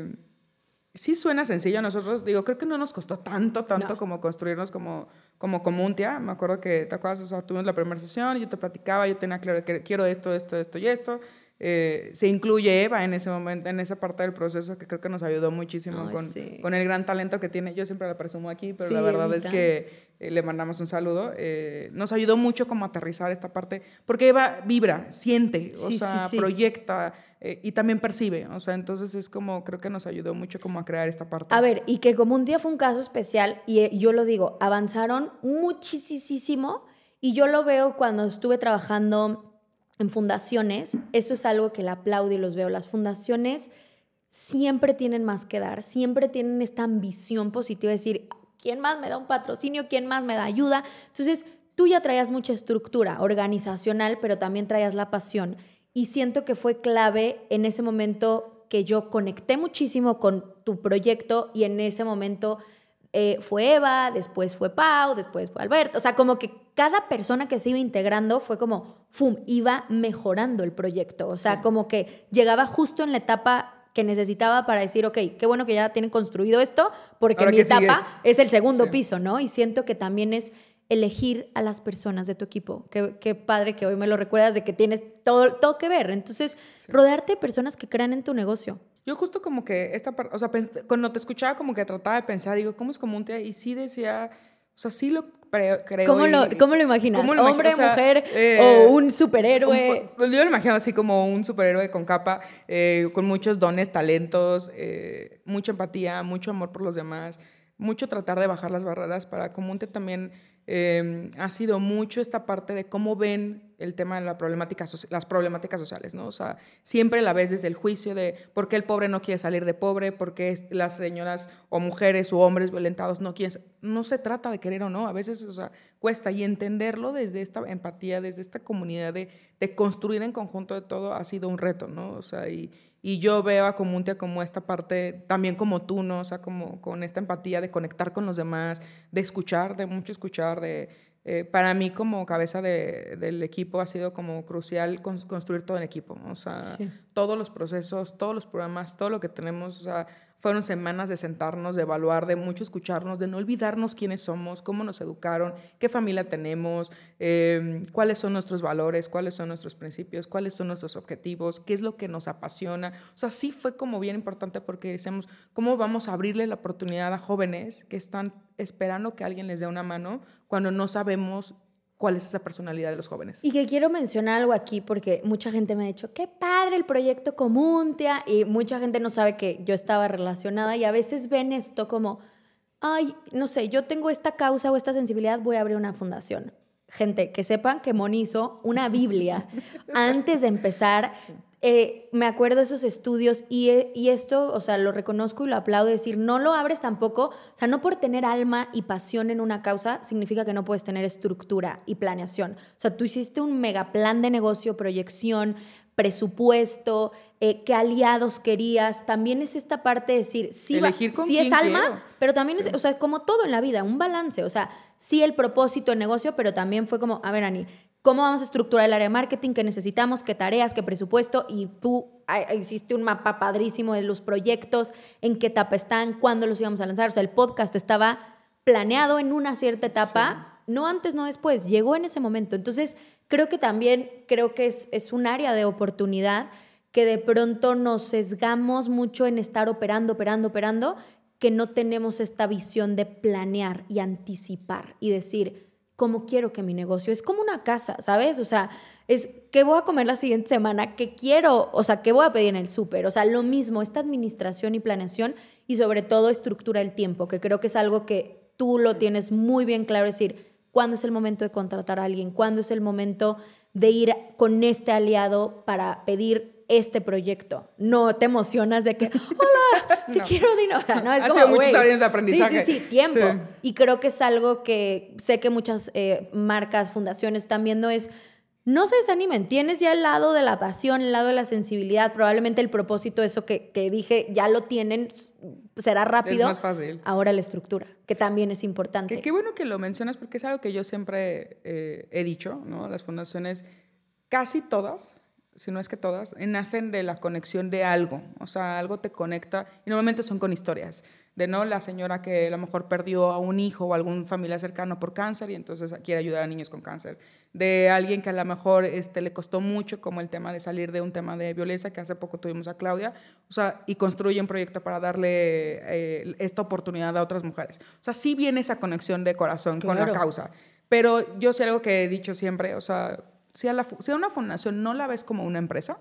sí suena sencillo a nosotros. Digo, creo que no nos costó tanto como construirnos como Comuntia. Me acuerdo que, ¿te acuerdas? O sea, tuvimos la primera sesión y yo te platicaba, yo tenía claro que quiero esto y esto. Se incluye Eva en ese momento, en esa parte del proceso que creo que nos ayudó muchísimo con el gran talento que tiene. Yo siempre la presumo aquí, pero la verdad es que le mandamos un saludo. Nos ayudó mucho como a aterrizar esta parte, porque Eva vibra, siente, proyecta y también percibe. O sea, entonces es como, creo que nos ayudó mucho como a crear esta parte. A ver, y que Comuntia fue un caso especial, y yo lo digo, avanzaron muchísimo, y yo lo veo cuando estuve trabajando en fundaciones, eso es algo que le aplaudo y los veo. Las fundaciones siempre tienen más que dar, siempre tienen esta ambición positiva de decir, ¿quién más me da un patrocinio? ¿Quién más me da ayuda? Entonces, tú ya traías mucha estructura organizacional, pero también traías la pasión. Y siento que fue clave en ese momento que yo conecté muchísimo con tu proyecto y en ese momento fue Eva, después fue Pau, después fue Alberto. O sea, como que cada persona que se iba integrando fue como, ¡fum!, iba mejorando el proyecto. O sea, sí, como que llegaba justo en la etapa que necesitaba para decir, ok, qué bueno que ya tienen construido esto, porque mi etapa es el segundo piso, ¿no? Y siento que también es elegir a las personas de tu equipo. Qué padre que hoy me lo recuerdas de que tienes todo que ver. Entonces, rodearte de personas que crean en tu negocio. Yo justo como que esta parte, o sea, cuando te escuchaba como que trataba de pensar, digo, ¿cómo es común? Y sí decía, o sea, sí lo creo. ¿Cómo lo imaginas? ¿Hombre, o sea, mujer o un superhéroe? Yo lo imagino así como un superhéroe con capa, con muchos dones, talentos, mucha empatía, mucho amor por los demás, mucho tratar de bajar las barreras. Para Comunte también ha sido mucho esta parte de cómo ven el tema de las problemáticas sociales, ¿no? O sea, siempre la ves desde el juicio de por qué el pobre no quiere salir de pobre, por qué las señoras o mujeres o hombres violentados no quieren. No se trata de querer o no, a veces, o sea, cuesta. Y entenderlo desde esta empatía, desde esta comunidad de construir en conjunto de todo ha sido un reto, ¿no? O sea, y yo veo a Comunte como esta parte, también como tú, ¿no? O sea, como con esta empatía de conectar con los demás, de escuchar, de mucho escuchar, para mí como cabeza del equipo ha sido como crucial construir todo en equipo, ¿no? O sea, sí, todos los procesos, todos los programas, todo lo que tenemos, o sea, fueron semanas de sentarnos, de evaluar, de mucho escucharnos, de no olvidarnos quiénes somos, cómo nos educaron, qué familia tenemos, cuáles son nuestros valores, cuáles son nuestros principios, cuáles son nuestros objetivos, qué es lo que nos apasiona. O sea, sí fue como bien importante porque decíamos, ¿cómo vamos a abrirle la oportunidad a jóvenes que están esperando que alguien les dé una mano cuando no sabemos cuál es esa personalidad de los jóvenes? Y que quiero mencionar algo aquí porque mucha gente me ha dicho, qué padre el proyecto Comuntia, y mucha gente no sabe que yo estaba relacionada y a veces ven esto como, ay, no sé, yo tengo esta causa o esta sensibilidad, voy a abrir una fundación. Gente, que sepan que Moni hizo una Biblia antes de empezar. Me acuerdo de esos estudios y esto, o sea, lo reconozco y lo aplaudo, decir, no lo abres tampoco, o sea, no por tener alma y pasión en una causa significa que no puedes tener estructura y planeación. O sea, tú hiciste un mega plan de negocio, proyección, presupuesto, qué aliados querías. También es esta parte de decir, sí, sí es alma, quiero, pero también sí, es, o sea, como todo en la vida, un balance. O sea, sí el propósito del negocio, pero también fue como, a ver, Ani, ¿cómo vamos a estructurar el área de marketing? ¿Qué necesitamos? ¿Qué tareas? ¿Qué presupuesto? Y tú hiciste un mapa padrísimo de los proyectos, en qué etapa están, cuándo los íbamos a lanzar. O sea, el podcast estaba planeado en una cierta etapa, sí, no antes, no después, llegó en ese momento. Entonces, creo que es un área de oportunidad que de pronto nos sesgamos mucho en estar operando, que no tenemos esta visión de planear y anticipar y decir, ¿cómo quiero que mi negocio? Es como una casa, ¿sabes? O sea, es ¿qué voy a comer la siguiente semana? ¿Qué quiero? O sea, ¿qué voy a pedir en el súper? O sea, lo mismo, esta administración y planeación y sobre todo estructura el tiempo, que creo que es algo que tú lo tienes muy bien claro, es decir, ¿cuándo es el momento de contratar a alguien? ¿Cuándo es el momento de ir con este aliado para pedir este proyecto? No te emocionas de que, hola, te quiero dinero. No, es ha como, sido muchos años de aprendizaje. Sí, tiempo. Sí. Y creo que es algo que sé que muchas marcas, fundaciones están viendo es, no se desanimen, tienes ya el lado de la pasión, el lado de la sensibilidad, probablemente el propósito, eso que dije, ya lo tienen, será rápido. Es más fácil. Ahora la estructura, que también es importante. Qué bueno que lo mencionas porque es algo que yo siempre he dicho, ¿no? Las fundaciones, casi todas, si no es que todas, nacen de la conexión de algo. O sea, algo te conecta y normalmente son con historias. De no la señora que a lo mejor perdió a un hijo o algún familiar cercano por cáncer y entonces quiere ayudar a niños con cáncer. De alguien que a lo mejor le costó mucho, como el tema de salir de un tema de violencia, que hace poco tuvimos a Claudia, o sea, y construye un proyecto para darle esta oportunidad a otras mujeres. O sea, sí viene esa conexión de corazón con la causa. Pero yo sé algo que he dicho siempre, o sea, si a una fundación no la ves como una empresa,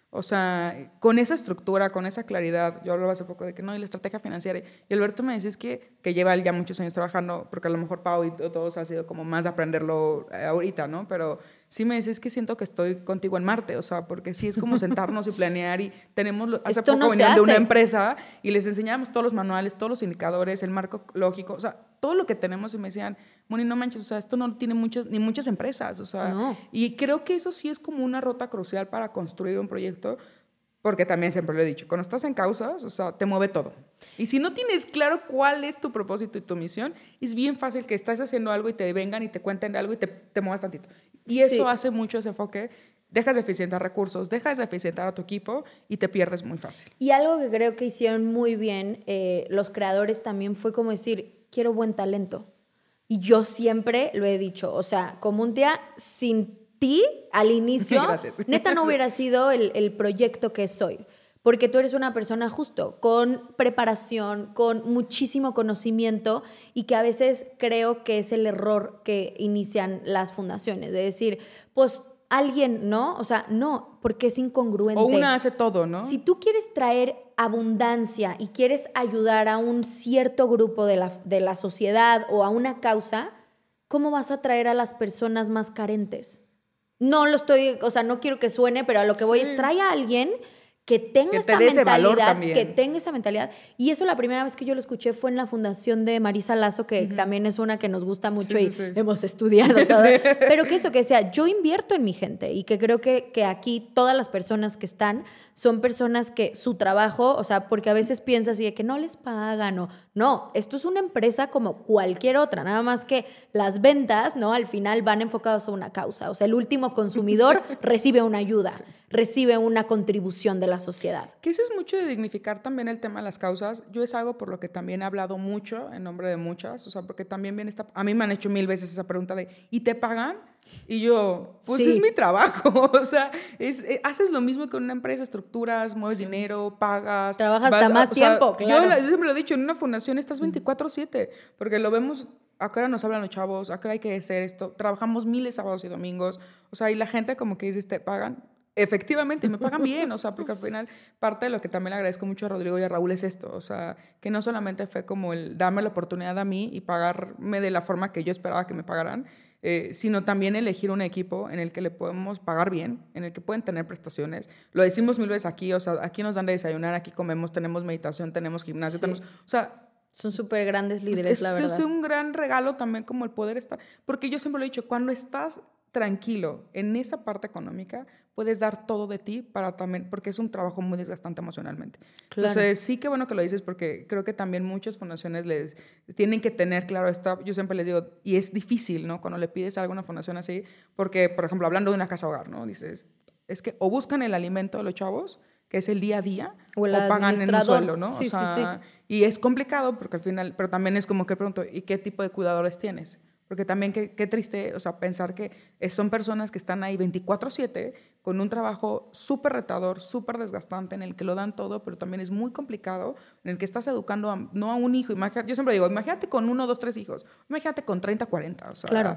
O sea, con esa estructura, con esa claridad, yo hablaba hace poco de que no, y la estrategia financiera, y Alberto me dice que lleva ya muchos años trabajando, porque a lo mejor Pau y todos ha sido como más aprenderlo ahorita, ¿no? Pero sí me dice, es que siento que estoy contigo en Marte, o sea, porque sí es como sentarnos y planear y tenemos, hace Esto poco no se venían de una hace. empresa y les enseñábamos todos los manuales, todos los indicadores, el marco lógico, o sea, todo lo que tenemos y me decían, Moni, no manches, o sea, esto no tiene ni muchas empresas, o sea, No. y creo que eso sí es como una ruta crucial para construir un proyecto, porque también siempre lo he dicho, cuando estás en causas, o sea, te mueve todo. Y si no tienes claro cuál es tu propósito y tu misión, es bien fácil que estás haciendo algo y te vengan y te cuenten algo y te muevas tantito. Y eso hace mucho ese enfoque. Dejas de eficientar recursos, dejas de eficientar a tu equipo y te pierdes muy fácil. Y algo que creo que hicieron muy bien los creadores también fue como decir, quiero buen talento. Y yo siempre lo he dicho, o sea, Comuntia, sin ti al inicio, Gracias. neta no hubiera sido el proyecto que soy. Porque tú eres una persona justo, con preparación, con muchísimo conocimiento y que a veces creo que es el error que inician las fundaciones, de decir, pues alguien, ¿no? O sea, no, porque es incongruente. O una hace todo, ¿no? Si tú quieres traer abundancia y quieres ayudar a un cierto grupo de la sociedad o a una causa, ¿cómo vas a traer a las personas más carentes? No lo estoy, o sea, no quiero que suene, pero a lo que voy es trae a alguien que tenga esta mentalidad, que tenga esa mentalidad. Y eso la primera vez que yo lo escuché fue en la fundación de Marisa Lazo, que también es una que nos gusta mucho hemos estudiado todo. Pero que eso que decía, yo invierto en mi gente y que creo que aquí todas las personas que están son personas que su trabajo, o sea, porque a veces piensas así de que no les pagan o no, esto es una empresa como cualquier otra, nada más que las ventas, ¿no? Al final van enfocados a una causa. O sea, el último consumidor recibe una ayuda, recibe una contribución de la sociedad. Que eso es mucho de dignificar también el tema de las causas. Yo es algo por lo que también he hablado mucho en nombre de muchas, o sea, porque también viene a mí me han hecho 1000 veces esa pregunta de ¿y te pagan? Y yo, pues es mi trabajo, o sea, haces lo mismo que en una empresa, estructuras, mueves dinero, pagas. Trabajas hasta más tiempo, claro. Yo siempre lo he dicho, en una fundación estás 24/7, porque lo vemos, acá nos hablan los chavos, acá hay que hacer esto, trabajamos miles sábados y domingos, o sea, y la gente como que dice, ¿te pagan? Efectivamente, me pagan bien, o sea, porque al final parte de lo que también le agradezco mucho a Rodrigo y a Raúl es esto, o sea, que no solamente fue como el darme la oportunidad a mí y pagarme de la forma que yo esperaba que me pagaran, sino también elegir un equipo en el que le podemos pagar bien, en el que pueden tener prestaciones. Lo decimos 1000 veces aquí, o sea, aquí nos dan de desayunar, aquí comemos, tenemos meditación, tenemos gimnasio, tenemos, o sea, son súper grandes líderes, la verdad. Es un gran regalo también como el poder estar, porque yo siempre lo he dicho, cuando estás tranquilo en esa parte económica, puedes dar todo de ti para también, porque es un trabajo muy desgastante emocionalmente. Claro. Entonces, sí, qué bueno que lo dices, porque creo que también muchas fundaciones les tienen que tener claro esto. Yo siempre les digo, y es difícil, ¿no? Cuando le pides algo a una fundación así, porque, por ejemplo, hablando de una casa hogar, ¿no? Dices, es que o buscan el alimento de los chavos, que es el día a día, o pagan en un sueldo, ¿no? Sí, o sea, y es complicado porque al final, pero también es como que pregunto, ¿y qué tipo de cuidadores tienes? Porque también qué triste, o sea, pensar que son personas que están ahí 24/7 con un trabajo súper retador, súper desgastante, en el que lo dan todo, pero también es muy complicado, en el que estás educando no a un hijo. Yo siempre digo, imagínate con 1, 2, 3 hijos, imagínate con 30, 40, o sea, claro.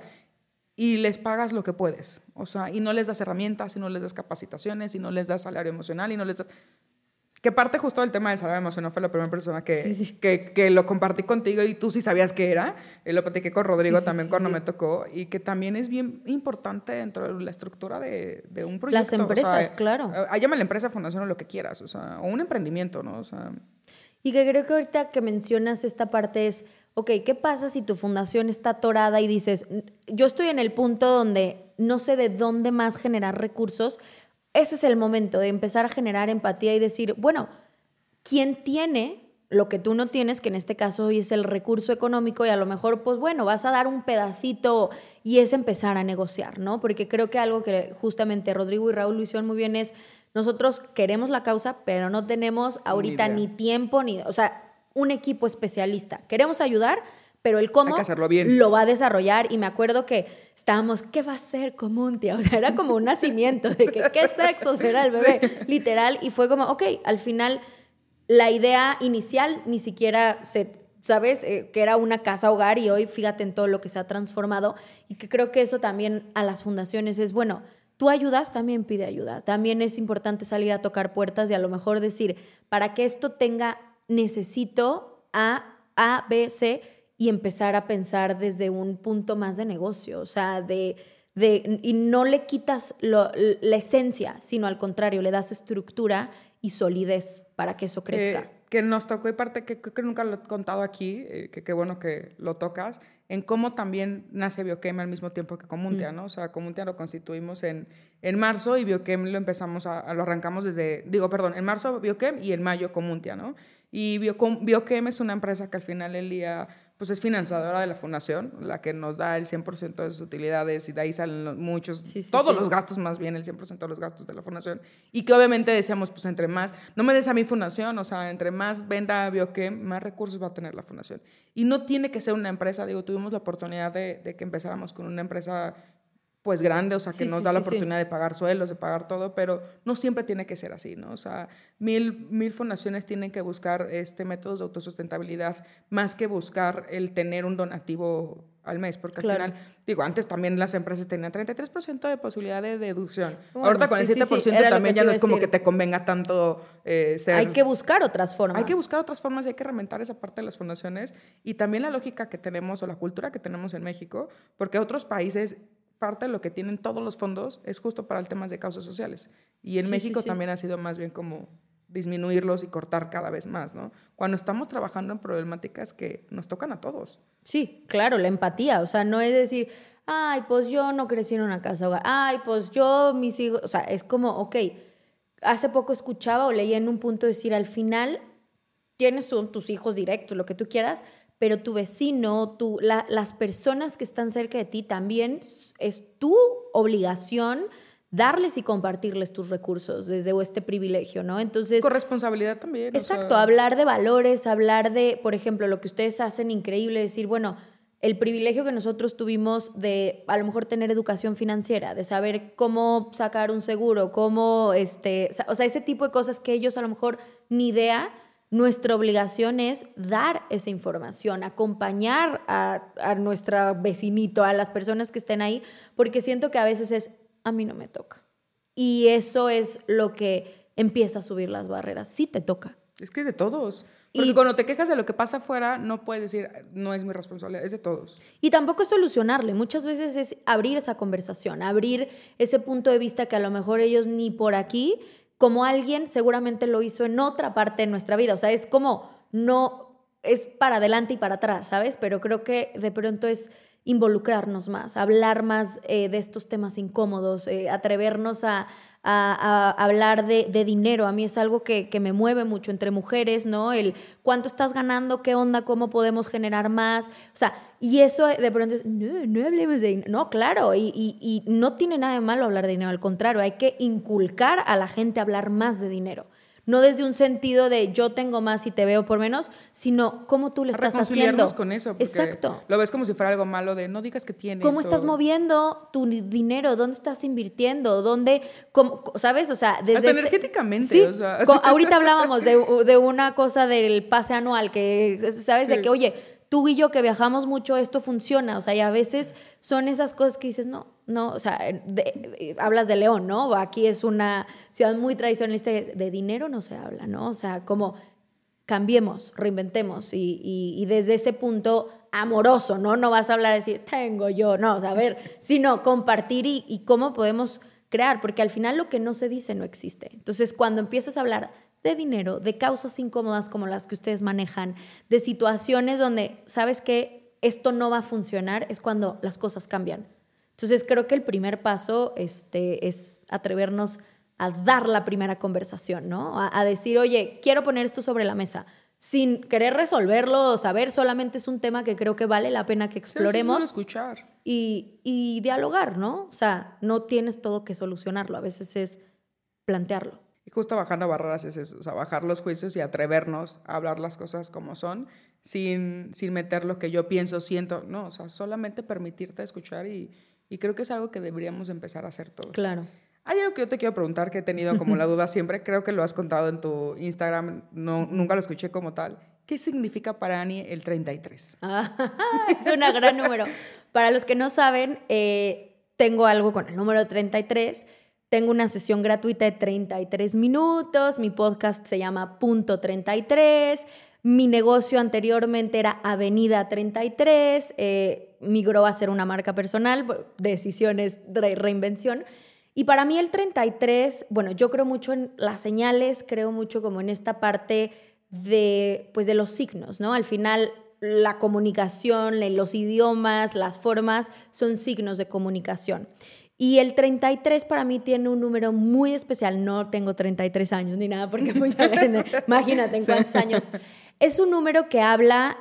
Y les pagas lo que puedes, o sea, y no les das herramientas, y no les das capacitaciones, y no les das salario emocional, y no les das... Que parte justo del tema del salario emocional, fue la primera persona que lo compartí contigo y tú sí sabías qué era. Lo platiqué con Rodrigo también cuando me tocó, y que también es bien importante dentro de la estructura de un proyecto. Las empresas, o sea, claro. Llámale empresa, fundación o lo que quieras, o sea, o un emprendimiento, ¿no? O sea... Y que creo que ahorita que mencionas esta parte es, ok, ¿qué pasa si tu fundación está atorada y dices, yo estoy en el punto donde no sé de dónde más generar recursos? Ese es el momento de empezar a generar empatía y decir, bueno, ¿quién tiene lo que tú no tienes? Que en este caso hoy es el recurso económico y a lo mejor, pues bueno, vas a dar un pedacito y es empezar a negociar, ¿no? Porque creo que algo que justamente Rodrigo y Raúl lo hicieron muy bien es, nosotros queremos la causa, pero no tenemos ahorita ni tiempo, o sea, un equipo especialista. Queremos ayudar, pero el cómo lo va a desarrollar. Y me acuerdo que estábamos, ¿qué va a ser Comuntia? O sea, era como un nacimiento de que qué sexo será el bebé, literal. Y fue como, ok, al final la idea inicial ni siquiera ¿sabes? Que era una casa hogar y hoy fíjate en todo lo que se ha transformado y que creo que eso también a las fundaciones es, bueno, tú ayudas, también pide ayuda. También es importante salir a tocar puertas y a lo mejor decir, para que esto tenga, necesito A, B, C, y empezar a pensar desde un punto más de negocio, o sea, y no le quitas la esencia, sino al contrario, le das estructura y solidez para que eso crezca. Que nos tocó, y parte que creo que nunca lo he contado aquí, que qué bueno que lo tocas, en cómo también nace Bioquem al mismo tiempo que Comuntia, ¿no? O sea, Comuntia lo constituimos en marzo y Bioquem lo empezamos lo arrancamos en marzo Bioquem y en mayo Comuntia, ¿no? Y Bioquem es una empresa que al final del día pues es financiadora de la fundación, la que nos da el 100% de sus utilidades y de ahí salen todos los gastos más bien, el 100% de los gastos de la fundación. Y que obviamente decíamos, pues entre más, no me des a mi fundación, o sea, entre más venda Bioquem, más recursos va a tener la fundación. Y no tiene que ser una empresa, tuvimos la oportunidad de que empezáramos con una empresa pues grande, o sea, que nos da la oportunidad de pagar sueldos, de pagar todo, pero no siempre tiene que ser así, ¿no? O sea, mil fundaciones tienen que buscar métodos de autosustentabilidad más que buscar el tener un donativo al mes, porque al final, antes también las empresas tenían 33% de posibilidad de deducción. Bueno, ahorita con el 7% también ya no es como que te convenga tanto ser... Hay que buscar otras formas. Hay que buscar otras formas y hay que reventar esa parte de las fundaciones y también la lógica que tenemos o la cultura que tenemos en México, porque otros países... parte de lo que tienen todos los fondos es justo para el tema de causas sociales. Y en México también ha sido más bien como disminuirlos y cortar cada vez más, ¿no? Cuando estamos trabajando en problemáticas que nos tocan a todos. Sí, claro, la empatía. O sea, no es decir, ay, pues yo no crecí en una casa hogar. Ay, pues yo, mis hijos... O sea, es como, ok, hace poco escuchaba o leía en un punto decir, al final tienes tus hijos directos, lo que tú quieras, pero tu vecino, las personas que están cerca de ti también es tu obligación darles y compartirles tus recursos desde este privilegio, ¿no? Entonces... Corresponsabilidad también. Exacto, hablar de valores, hablar de, por ejemplo, lo que ustedes hacen increíble, decir, bueno, el privilegio que nosotros tuvimos de a lo mejor tener educación financiera, de saber cómo sacar un seguro, cómo, o sea, ese tipo de cosas que ellos a lo mejor ni idea. Nuestra obligación es dar esa información, acompañar a nuestro vecinito, a las personas que estén ahí, porque siento que a veces a mí no me toca. Y eso es lo que empieza a subir las barreras. Sí te toca. Es que es de todos. Porque cuando te quejas de lo que pasa afuera, no puedes decir, no es mi responsabilidad, es de todos. Y tampoco es solucionarle. Muchas veces es abrir esa conversación, abrir ese punto de vista que a lo mejor ellos ni por aquí... como alguien seguramente lo hizo en otra parte de nuestra vida. O sea, es como, no, es para adelante y para atrás, ¿sabes? Pero creo que de pronto es involucrarnos más, hablar más de estos temas incómodos, atrevernos a hablar de dinero. A mí es algo que me mueve mucho entre mujeres, ¿no? El cuánto estás ganando, qué onda, cómo podemos generar más. O sea, y eso de pronto es, no hablemos de dinero. No, claro, y no tiene nada de malo hablar de dinero, al contrario, hay que inculcar a la gente a hablar más de dinero. No desde un sentido de yo tengo más y te veo por menos, sino cómo tú le estás haciendo. Con eso, porque exacto. Lo ves como si fuera algo malo de no digas que tienes. ¿Cómo estás moviendo tu dinero? ¿Dónde estás invirtiendo? ¿Dónde? Cómo, ¿sabes? O sea, desde hasta energéticamente. Sí, o sea, ahorita hablábamos de una cosa del pase anual, que, ¿sabes? Sí. De que, oye, tú y yo que viajamos mucho, esto funciona. O sea, y a veces son esas cosas que dices, no, o sea, hablas de León, ¿no? Aquí es una ciudad muy tradicionalista, de dinero no se habla, ¿no? O sea, como cambiemos, reinventemos y desde ese punto amoroso, ¿no? No vas a hablar de decir, tengo yo, no, o sea, a ver, sino compartir y cómo podemos crear, porque al final lo que no se dice no existe. Entonces, cuando empiezas a hablar de dinero, de causas incómodas como las que ustedes manejan, de situaciones donde sabes que esto no va a funcionar, es cuando las cosas cambian. Entonces creo que el primer paso es atrevernos a dar la primera conversación, ¿no? A decir, oye, quiero poner esto sobre la mesa, sin querer resolverlo o saber, solamente es un tema que creo que vale la pena que exploremos. Sí, escuchar. Y dialogar, ¿no? O sea, no tienes todo que solucionarlo, a veces es plantearlo. Y justo bajando barreras es eso, o sea, bajar los juicios y atrevernos a hablar las cosas como son, sin meter lo que yo pienso, siento, no, o sea, solamente permitirte escuchar y creo que es algo que deberíamos empezar a hacer todos. Claro. Hay algo que yo te quiero preguntar que he tenido como la duda siempre, creo que lo has contado en tu Instagram, nunca lo escuché como tal. ¿Qué significa para Ani el 33? Es un gran número. Para los que no saben, tengo algo con el número 33. Tengo una sesión gratuita de 33 minutos. Mi podcast se llama Punto 33. Mi negocio anteriormente era Avenida 33. Migró a ser una marca personal, decisiones de reinvención. Y para mí el 33, bueno, yo creo mucho en las señales, creo mucho como en esta parte de los signos, ¿no? Al final, la comunicación, los idiomas, las formas son signos de comunicación. Y el 33 para mí tiene un número muy especial. No tengo 33 años ni nada, porque mucha gente, imagínate en cuántos años. Es un número que habla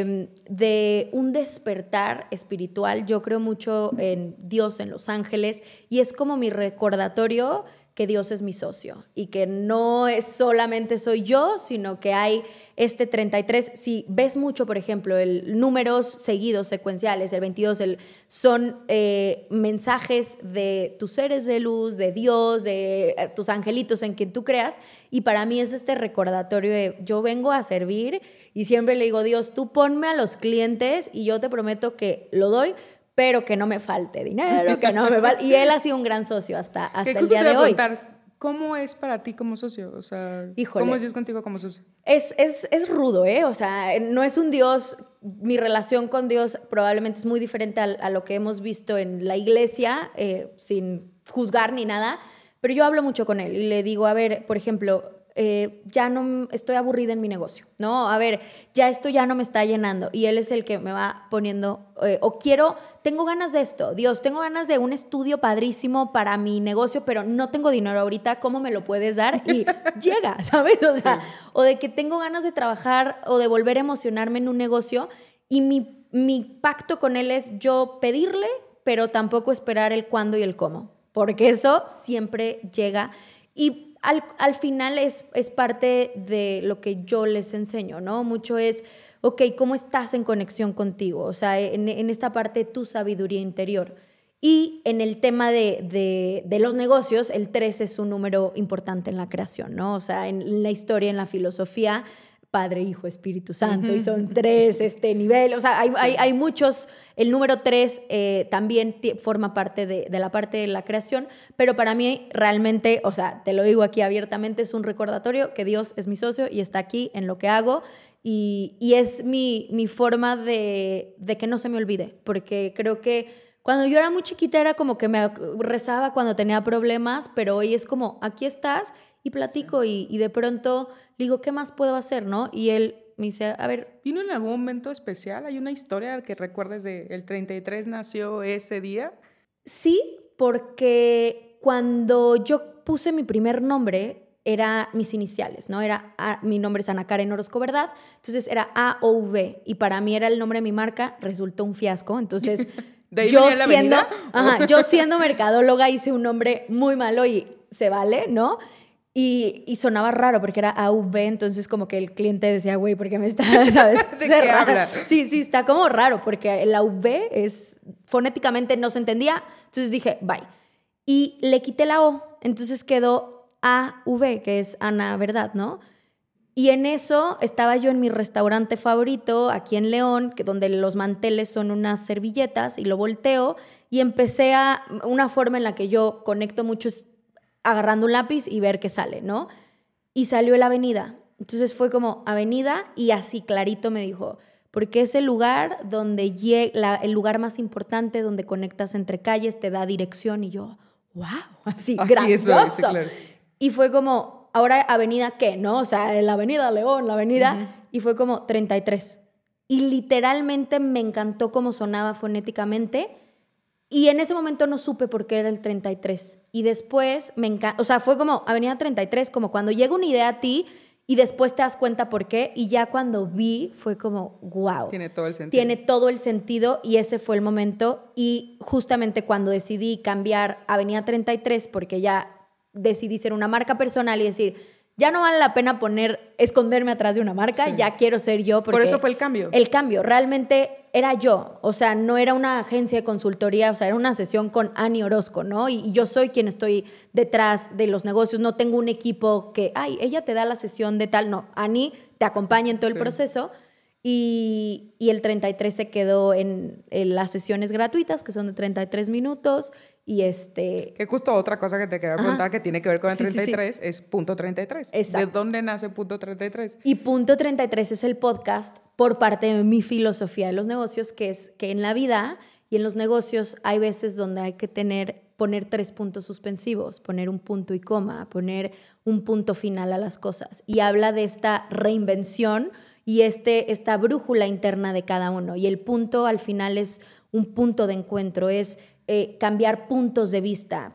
de un despertar espiritual. Yo creo mucho en Dios, en los ángeles, y es como mi recordatorio que Dios es mi socio y que no es solamente soy yo, sino que hay este 33. Si ves mucho, por ejemplo, números seguidos, secuenciales, el 22, son mensajes de tus seres de luz, de Dios, de tus angelitos en quien tú creas, y para mí es este recordatorio de yo vengo a servir y siempre le digo, Dios, tú ponme a los clientes y yo te prometo que lo doy, pero que no me falte dinero, que no me falte. Y él ha sido un gran socio hasta el día de hoy. ¿Cómo es para ti como socio? O sea, híjole, ¿cómo es Dios contigo como socio? Es rudo, ¿eh? O sea, no es un Dios. Mi relación con Dios probablemente es muy diferente a lo que hemos visto en la iglesia, sin juzgar ni nada, pero yo hablo mucho con él y le digo, a ver, por ejemplo, ya no estoy aburrida en mi negocio, ¿no? A ver, ya esto ya no me está llenando, y él es el que me va poniendo, tengo ganas de esto, Dios, tengo ganas de un estudio padrísimo para mi negocio, pero no tengo dinero ahorita, ¿cómo me lo puedes dar? Y llega, ¿sabes? O sea, sí. O de que tengo ganas de trabajar o de volver a emocionarme en un negocio, y mi pacto con él es yo pedirle, pero tampoco esperar el cuándo y el cómo, porque eso siempre llega. Y al final es parte de lo que yo les enseño, ¿no? Mucho es, ok, ¿cómo estás en conexión contigo? O sea, en esta parte de tu sabiduría interior. Y en el tema de los negocios, el 3 es un número importante en la creación, ¿no? O sea, en la historia, en la filosofía, Padre, Hijo, Espíritu Santo, y son 3 nivel. O sea, hay muchos. El número 3 también forma parte de la parte de la creación, pero para mí realmente, o sea, te lo digo aquí abiertamente, es un recordatorio que Dios es mi socio y está aquí en lo que hago, y es mi forma de que no se me olvide, porque creo que cuando yo era muy chiquita era como que me rezaba cuando tenía problemas, pero hoy es como, aquí estás, y platico, sí. y de pronto digo, ¿qué más puedo hacer, no? Y él me dice, a ver. ¿Vino en algún momento especial? ¿Hay una historia que recuerdes de el 33 nació ese día? Sí, porque cuando yo puse mi primer nombre, era mis iniciales, ¿no? Mi nombre es Ana Karen Orozco, ¿verdad? Entonces era AOV, y para mí era el nombre de mi marca, resultó un fiasco, entonces ¿De ahí yo la siendo, yo siendo mercadóloga hice un nombre muy malo y se vale, ¿no? Y sonaba raro porque era AV, entonces como que el cliente decía, güey, ¿por qué me está, sabes? ¿De qué habla? Sí, está como raro porque el AV fonéticamente no se entendía, entonces dije, bye. Y le quité la O, entonces quedó AV, que es Ana, ¿verdad? ¿No? Y en eso estaba yo en mi restaurante favorito, aquí en León, donde los manteles son unas servilletas, y lo volteo y empecé una forma en la que yo conecto mucho es agarrando un lápiz y ver qué sale, ¿no? Y salió la avenida. Entonces fue como avenida, y así clarito me dijo, porque es el lugar donde el lugar más importante, donde conectas entre calles, te da dirección, y yo, wow, así, grandioso. Claro. Y fue como, ahora avenida qué, ¿no? O sea, la avenida León, la avenida, y fue como 33. Y literalmente me encantó cómo sonaba fonéticamente. Y en ese momento no supe por qué era el 33. Y después me encanta, o sea, fue como Avenida 33, como cuando llega una idea a ti y después te das cuenta por qué. Y ya cuando vi, fue como, wow. Tiene todo el sentido. Tiene todo el sentido, y ese fue el momento. Y justamente cuando decidí cambiar Avenida 33, porque ya decidí ser una marca personal y decir, ya no vale la pena esconderme atrás de una marca, sí. Ya quiero ser yo. Por eso fue el cambio. El cambio, realmente era yo, o sea, no era una agencia de consultoría, o sea, era una sesión con Ani Orozco, ¿no? Y yo soy quien estoy detrás de los negocios, no tengo un equipo que, ella te da la sesión de tal, no, Ani te acompaña en todo el proceso, y el 33 se quedó en las sesiones gratuitas, que son de 33 minutos, Que justo otra cosa que te quería preguntar que tiene que ver con el 33 es punto 33. Exacto. ¿De dónde nace punto 33? Y punto 33 es el podcast por parte de mi filosofía de los negocios, que es que en la vida y en los negocios hay veces donde hay que poner 3 puntos suspensivos, poner un punto y coma, poner un punto final a las cosas. Y habla de esta reinvención y esta brújula interna de cada uno. Y el punto al final es un punto de encuentro, es cambiar puntos de vista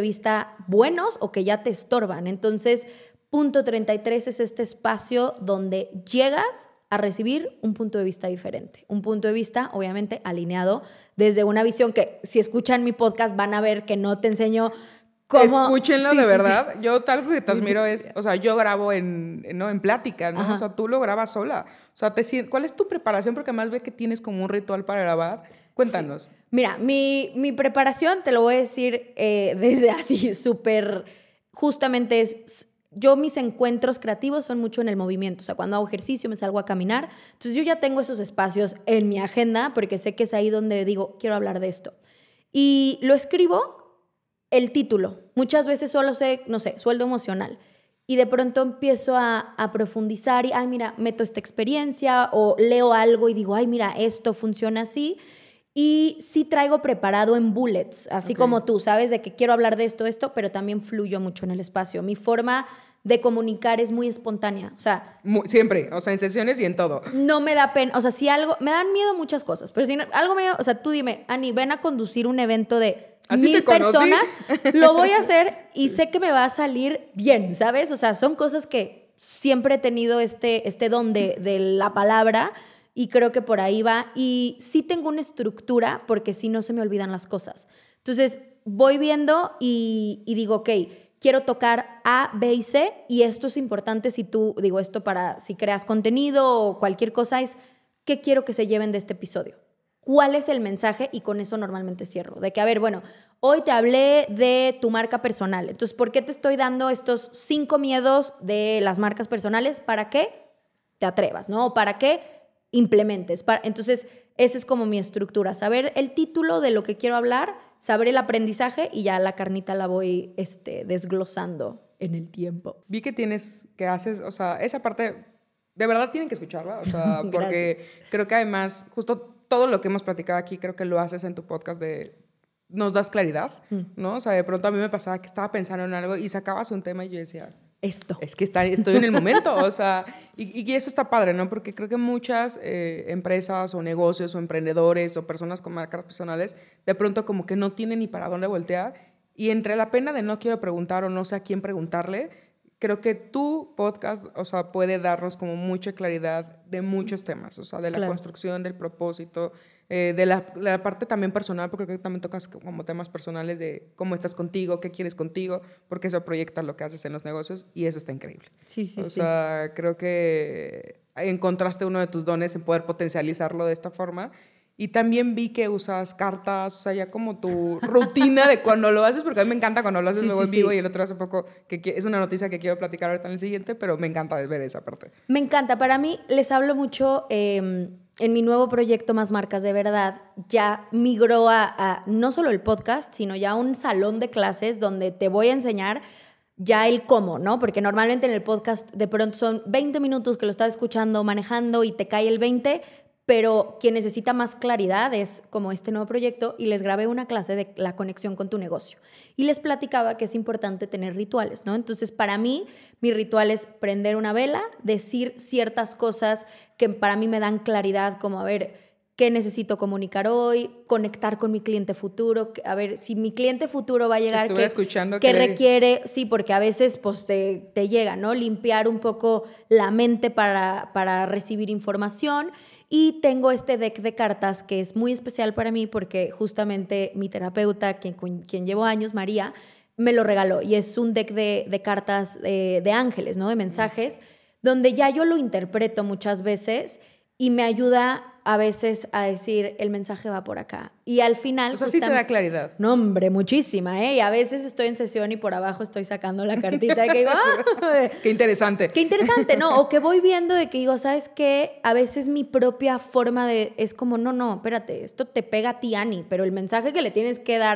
buenos o que ya te estorban. Entonces, punto 33 es este espacio donde llegas a recibir un punto de vista diferente. Un punto de vista, obviamente, alineado desde una visión que, si escuchan mi podcast, van a ver que no te enseño cómo... Escúchenlo, de verdad. Yo tal que te admiro es... O sea, yo grabo en plática, ¿no? Ajá. O sea, tú lo grabas sola. O sea, ¿cuál es tu preparación? Porque además ve que tienes como un ritual para grabar. Cuéntanos. Sí. Mira, mi preparación, te lo voy a decir desde así súper... Justamente es... Yo mis encuentros creativos son mucho en el movimiento. O sea, cuando hago ejercicio me salgo a caminar. Entonces yo ya tengo esos espacios en mi agenda porque sé que es ahí donde digo, quiero hablar de esto. Y lo escribo el título. Muchas veces solo sé, no sé, sueldo emocional. Y de pronto empiezo a profundizar y, ay, mira, meto esta experiencia o leo algo y digo, ay, mira, esto funciona así. Y sí traigo preparado en bullets, así como tú, ¿sabes? De que quiero hablar de esto, pero también fluyo mucho en el espacio. Mi forma de comunicar es muy espontánea, o sea... Siempre, o sea, en sesiones y en todo. No me da pena, o sea, si algo... Me dan miedo muchas cosas, pero si no, algo me... O sea, tú dime, Ani, ven a conducir un evento de 1000 personas, lo voy a hacer y sé que me va a salir bien, ¿sabes? O sea, son cosas que siempre he tenido este don de la palabra... Y creo que por ahí va. Y sí tengo una estructura porque si no se me olvidan las cosas. Entonces voy viendo y digo, ok, quiero tocar A, B y C y esto es importante si tú, digo esto para si creas contenido o cualquier cosa es, ¿qué quiero que se lleven de este episodio? ¿Cuál es el mensaje? Y con eso normalmente cierro. De que, a ver, bueno, hoy te hablé de tu marca personal. Entonces, ¿por qué te estoy dando estos 5 miedos de las marcas personales? ¿Para qué te atrevas, ¿no? ¿O para qué implementes? Entonces, esa es como mi estructura. Saber el título de lo que quiero hablar, saber el aprendizaje y ya la carnita la voy desglosando en el tiempo. Vi que haces, o sea, esa parte, de verdad tienen que escucharla, o sea, porque creo que además, justo todo lo que hemos platicado aquí, creo que lo haces en tu podcast nos das claridad, ¿no? O sea, de pronto a mí me pasaba que estaba pensando en algo y sacabas un tema y yo decía... Es que estoy en el momento, o sea, y eso está padre, ¿no? Porque creo que muchas empresas o negocios o emprendedores o personas con marcas personales de pronto como que no tienen ni para dónde voltear y entre la pena de no quiero preguntar o no sé a quién preguntarle, creo que tu podcast, o sea, puede darnos como mucha claridad de muchos temas, o sea, de la construcción, del propósito, de la parte también personal, porque creo que también tocas como temas personales de cómo estás contigo, qué quieres contigo, porque eso proyecta lo que haces en los negocios y eso está increíble. Sí. O sea, creo que encontraste uno de tus dones en poder potencializarlo de esta forma. Y también vi que usas cartas, o sea, ya como tu rutina de cuando lo haces, porque a mí me encanta cuando lo haces luego en vivo y el otro hace poco, que es una noticia que quiero platicar ahorita en el siguiente, pero me encanta ver esa parte. Me encanta. Para mí, les hablo mucho, en mi nuevo proyecto Más Marcas de Verdad, ya migró a no solo el podcast, sino ya un salón de clases donde te voy a enseñar ya el cómo, ¿no? Porque normalmente en el podcast de pronto son 20 minutos que lo estás escuchando, manejando y te cae el 20, pero quien necesita más claridad es como este nuevo proyecto y les grabé una clase de la conexión con tu negocio. Y les platicaba que es importante tener rituales, ¿no? Entonces, para mí, mi ritual es prender una vela, decir ciertas cosas que para mí me dan claridad, como, a ver, ¿qué necesito comunicar hoy? Conectar con mi cliente futuro. A ver, si mi cliente futuro va a llegar, ¿qué requiere? Sí, porque a veces pues, te llega, ¿no? Limpiar un poco la mente para recibir información. Y tengo este deck de cartas que es muy especial para mí porque justamente mi terapeuta, quien llevo años, María, me lo regaló. Y es un deck de cartas de ángeles, ¿no? De mensajes, donde ya yo lo interpreto muchas veces y me ayuda a veces a decir, el mensaje va por acá. Y al final... O sea, sí te da claridad. No, hombre, muchísima, ¿eh? Y a veces estoy en sesión y por abajo estoy sacando la cartita de que digo... ¡Ah! ¡Qué interesante! ¡Qué interesante!, ¿no? O que voy viendo de que digo, ¿sabes qué? A veces mi propia forma es como, no, espérate, esto te pega a ti, Ani, pero el mensaje que le tienes que dar a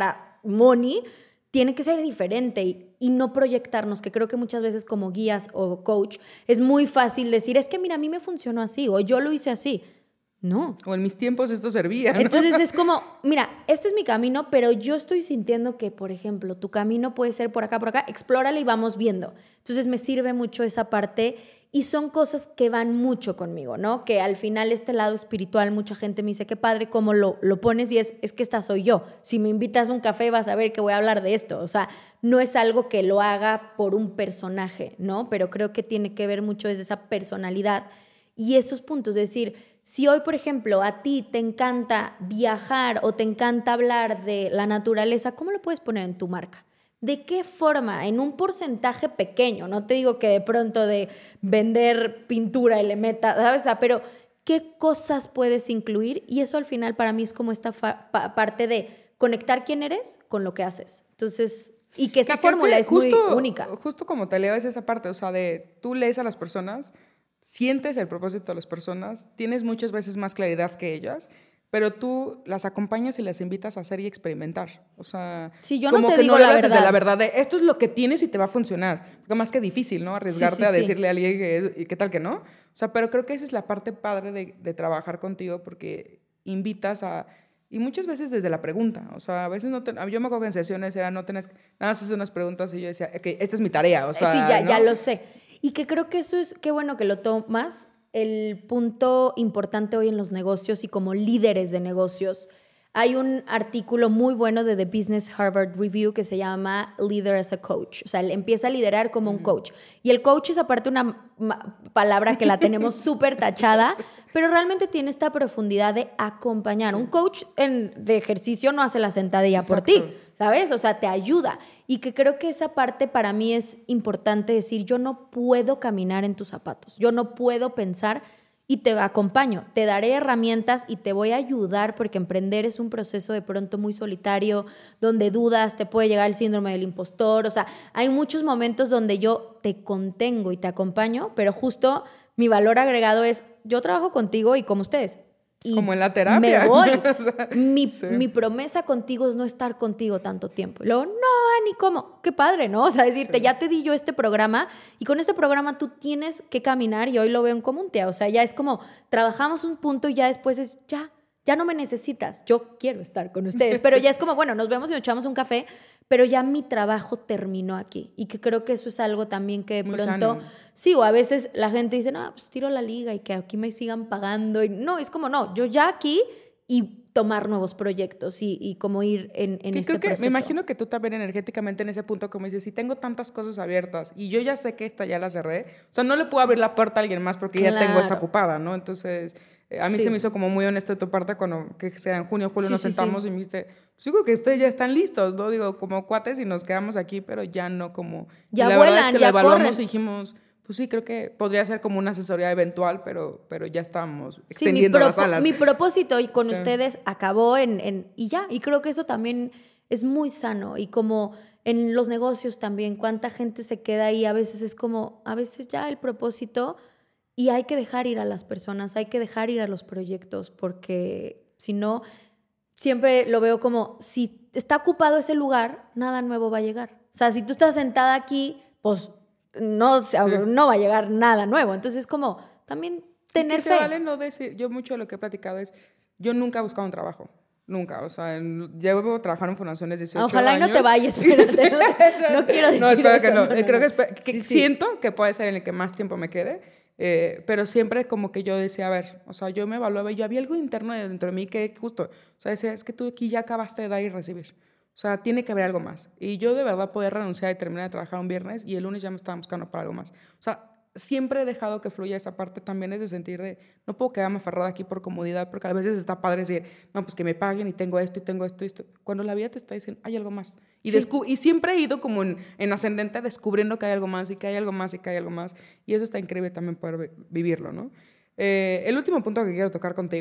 money, tiene que ser diferente y no proyectarnos, que creo que muchas veces como guías o coach es muy fácil decir, es que mira, a mí me funcionó así o yo lo hice así. No. O en mis tiempos esto servía, ¿no? Entonces es como, mira, este es mi camino, pero yo estoy sintiendo que, por ejemplo, tu camino puede ser por acá, explórale y vamos viendo. Entonces me sirve mucho esa parte y son cosas que van mucho conmigo, ¿no? Que al final este lado espiritual, mucha gente me dice, qué padre cómo lo pones y es que esta soy yo. Si me invitas a un café vas a ver que voy a hablar de esto. O sea, no es algo que lo haga por un personaje, ¿no? Pero creo que tiene que ver mucho desde esa personalidad y esos puntos, es decir, si hoy, por ejemplo, a ti te encanta viajar o te encanta hablar de la naturaleza, ¿cómo lo puedes poner en tu marca? ¿De qué forma? En un porcentaje pequeño. No te digo que de pronto de vender pintura y le meta, ¿sabes? O sea, pero ¿qué cosas puedes incluir? Y eso al final para mí es como esta parte de conectar quién eres con lo que haces. Entonces, y que esa fórmula es muy única. Justo como te leo es esa parte, o sea, de tú lees a las personas, sientes el propósito de las personas, tienes muchas veces más claridad que ellas, pero tú las acompañas y las invitas a hacer y experimentar. O sea, sí, yo como no te que digo no la hablas verdad. desde la verdad de esto es lo que tienes y te va a funcionar. Porque más que difícil, ¿no? Arriesgarte a decirle a alguien que qué tal que no. O sea, pero creo que esa es la parte padre de trabajar contigo porque invitas a... Y muchas veces desde la pregunta. O sea, a veces no yo me acuerdo que en sesiones era no tenés... Nada más hacer unas preguntas y yo decía, okay, esta es mi tarea. O sea, sí, ya, ¿no? ya lo sé. Y que creo que eso es, qué bueno que lo tomas, el punto importante hoy en los negocios y como líderes de negocios. Hay un artículo muy bueno de The Business Harvard Review que se llama Leader as a Coach. O sea, él empieza a liderar como un coach. Y el coach es aparte una palabra que la tenemos súper tachada, pero realmente tiene esta profundidad de acompañar. Sí. Un coach de ejercicio no hace la sentadilla por ti, ¿sabes? O sea, te ayuda. Y que creo que esa parte para mí es importante decir, yo no puedo caminar en tus zapatos. Yo no puedo pensar y te acompaño, te daré herramientas y te voy a ayudar porque emprender es un proceso de pronto muy solitario, donde dudas, te puede llegar el síndrome del impostor, o sea, hay muchos momentos donde yo te contengo y te acompaño, pero justo mi valor agregado es, yo trabajo contigo y como ustedes. Y como en la terapia. Me voy. O sea, mi promesa contigo es no estar contigo tanto tiempo. Y luego, no, ni cómo. Qué padre, ¿no? O sea, decirte, ya te di yo este programa y con este programa tú tienes que caminar y hoy lo veo en común, tía. O sea, ya es como, trabajamos un punto y ya después es, ya no me necesitas. Yo quiero estar con ustedes. Pero ya es como, bueno, nos vemos y nos echamos un café, pero ya mi trabajo terminó aquí. Y que creo que eso es algo también que de muy pronto... sano. Sí, o a veces la gente dice, no, pues tiro la liga y que aquí me sigan pagando. Y no, es como, no, yo ya aquí y tomar nuevos proyectos y como ir en este creo que, proceso. me imagino que tú también energéticamente en ese punto, como dices, si tengo tantas cosas abiertas y yo ya sé que esta ya la cerré, o sea, no le puedo abrir la puerta a alguien más porque ya tengo esta ocupada, ¿no? Entonces... A mí se me hizo como muy honesto de tu parte cuando, que sea en junio o julio, nos sentamos y me dijiste, pues yo creo que ustedes ya están listos, ¿no? Digo, como cuates y nos quedamos aquí, pero ya no como... Ya y la vuelan, verdad es que ya lo evaluamos corren. y dijimos, pues sí, creo que podría ser como una asesoría eventual, pero ya estábamos extendiendo las alas. Mi propósito y con ustedes acabó y ya, y creo que eso también es muy sano y como en los negocios también, cuánta gente se queda ahí, a veces es como, a veces ya el propósito... Y hay que dejar ir a las personas, hay que dejar ir a los proyectos, porque si no, siempre lo veo como, si está ocupado ese lugar, nada nuevo va a llegar. O sea, si tú estás sentada aquí, pues no va a llegar nada nuevo. Entonces es como también tener fe. Vale no decir, yo mucho de lo que he platicado es, yo nunca he buscado un trabajo. Nunca, o sea, llevo trabajando en fundaciones 18 Ojalá años. y no te vayas, espérate, no quiero decir no, espero eso. que no. Creo que siento que puede ser en el que más tiempo me quede, pero siempre como que yo decía, a ver, o sea, yo me evaluaba y yo había algo interno dentro de mí que justo, o sea, decía, es que tú aquí ya acabaste de dar y recibir. O sea, tiene que haber algo más. Y yo de verdad podía renunciar y terminar de trabajar un viernes y el lunes ya me estaba buscando para algo más. O sea, siempre he dejado que fluya esa parte también, es de sentir de, no puedo quedarme aferrada aquí por comodidad, porque a veces está padre decir, no, pues que me paguen y tengo esto y tengo esto y esto. Cuando la vida te está diciendo, hay algo más. Y, y siempre he ido como en ascendente descubriendo que hay algo más y que hay algo más y que hay algo más. Y eso está increíble también poder vivirlo, ¿no? El último punto que quiero tocar contigo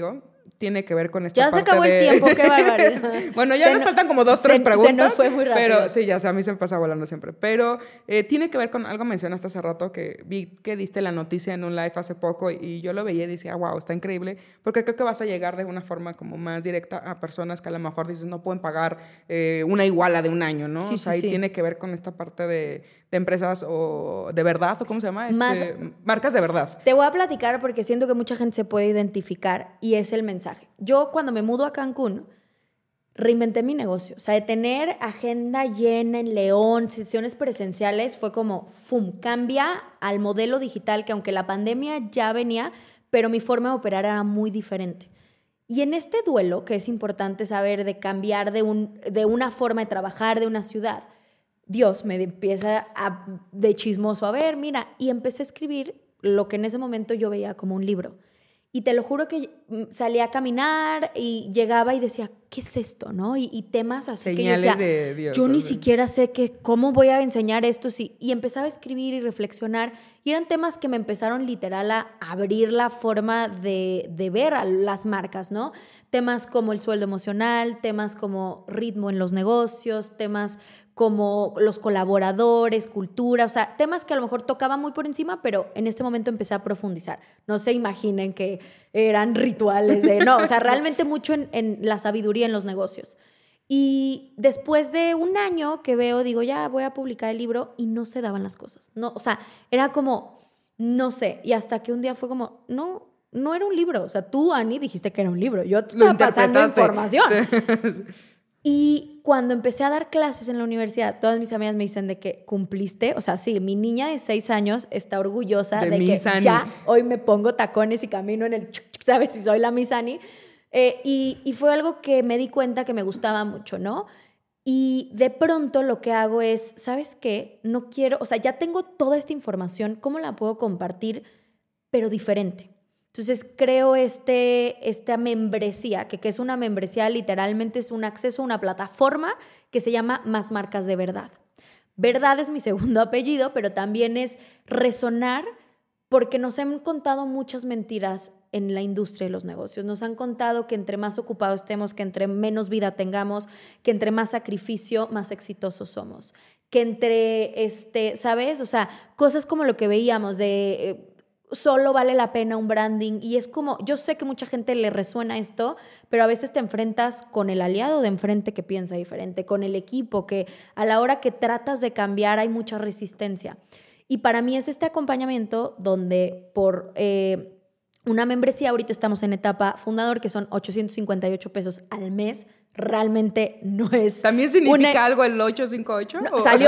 tiene que ver con esta ya parte se acabó el tiempo, qué barbaridad. Bueno, ya nos faltan como 2, 3 preguntas. Se nos fue muy rápido. Pero sí, ya sé, a mí se me pasa volando siempre. Pero tiene que ver con algo mencionaste hace rato que vi que diste la noticia en un live hace poco y yo lo veía y decía, wow, está increíble, porque creo que vas a llegar de una forma como más directa a personas que a lo mejor dices no pueden pagar una iguala de un año, ¿no? Sí, o sea, sí, y sí. tiene que ver con esta parte de empresas o de verdad, o ¿cómo se llama? Marcas de verdad. Te voy a platicar porque siento que mucha gente se puede identificar y es el mensaje. Yo cuando me mudo a Cancún, reinventé mi negocio. O sea, de tener agenda llena en León, sesiones presenciales, fue como, ¡fum!, cambia al modelo digital que aunque la pandemia ya venía, pero mi forma de operar era muy diferente. Y en este duelo, que es importante saber de cambiar de una forma de trabajar, de una ciudad, Dios me empieza de chismoso a ver, mira, y empecé a escribir lo que en ese momento yo veía como un libro. Y te lo juro que salía a caminar y llegaba y decía, ¿qué es esto? ¿No? Y temas así Señales que yo decía, de Dios, yo ni así. siquiera sé cómo voy a enseñar esto. Sí. Y empezaba a escribir y reflexionar. Y eran temas que me empezaron literal a abrir la forma de ver a las marcas, ¿no? Temas como el sueldo emocional, temas como ritmo en los negocios, temas como los colaboradores, cultura, o sea, temas que a lo mejor tocaba muy por encima, pero en este momento empecé a profundizar. No se imaginen que eran rituales, no, o sea, realmente mucho en la sabiduría en los negocios. Y después de un año que veo, digo, ya voy a publicar el libro y no se daban las cosas. No, o sea, era como, no sé, y hasta que un día fue como, no era un libro. O sea, tú, Ani, dijiste que era un libro. Yo te estaba pasando información. Sí. Y cuando empecé a dar clases en la universidad, todas mis amigas me dicen de que cumpliste. O sea, sí, mi niña de 6 años está orgullosa de que ya hoy me pongo tacones y camino en el... ¿Sabes? Si soy la Miss Ani. Y fue algo que me di cuenta que me gustaba mucho, ¿no? Y de pronto lo que hago es, ¿sabes qué? No quiero... O sea, ya tengo toda esta información. ¿Cómo la puedo compartir? Pero diferente. Entonces creo esta membresía, que es una membresía, literalmente es un acceso a una plataforma que se llama Más Marcas de Verdad. Verdad es mi segundo apellido, pero también es resonar porque nos han contado muchas mentiras en la industria de los negocios. Nos han contado que entre más ocupados estemos, que entre menos vida tengamos, que entre más sacrificio, más exitosos somos. Que entre, ¿sabes? O sea, cosas como lo que veíamos de... solo vale la pena un branding y es como, yo sé que mucha gente le resuena esto, pero a veces te enfrentas con el aliado de enfrente que piensa diferente, con el equipo que a la hora que tratas de cambiar hay mucha resistencia. Y para mí es este acompañamiento donde por una membresía, ahorita estamos en etapa fundador, que son 858 pesos al mes, realmente no es... ¿También significa algo el 858? No, salió.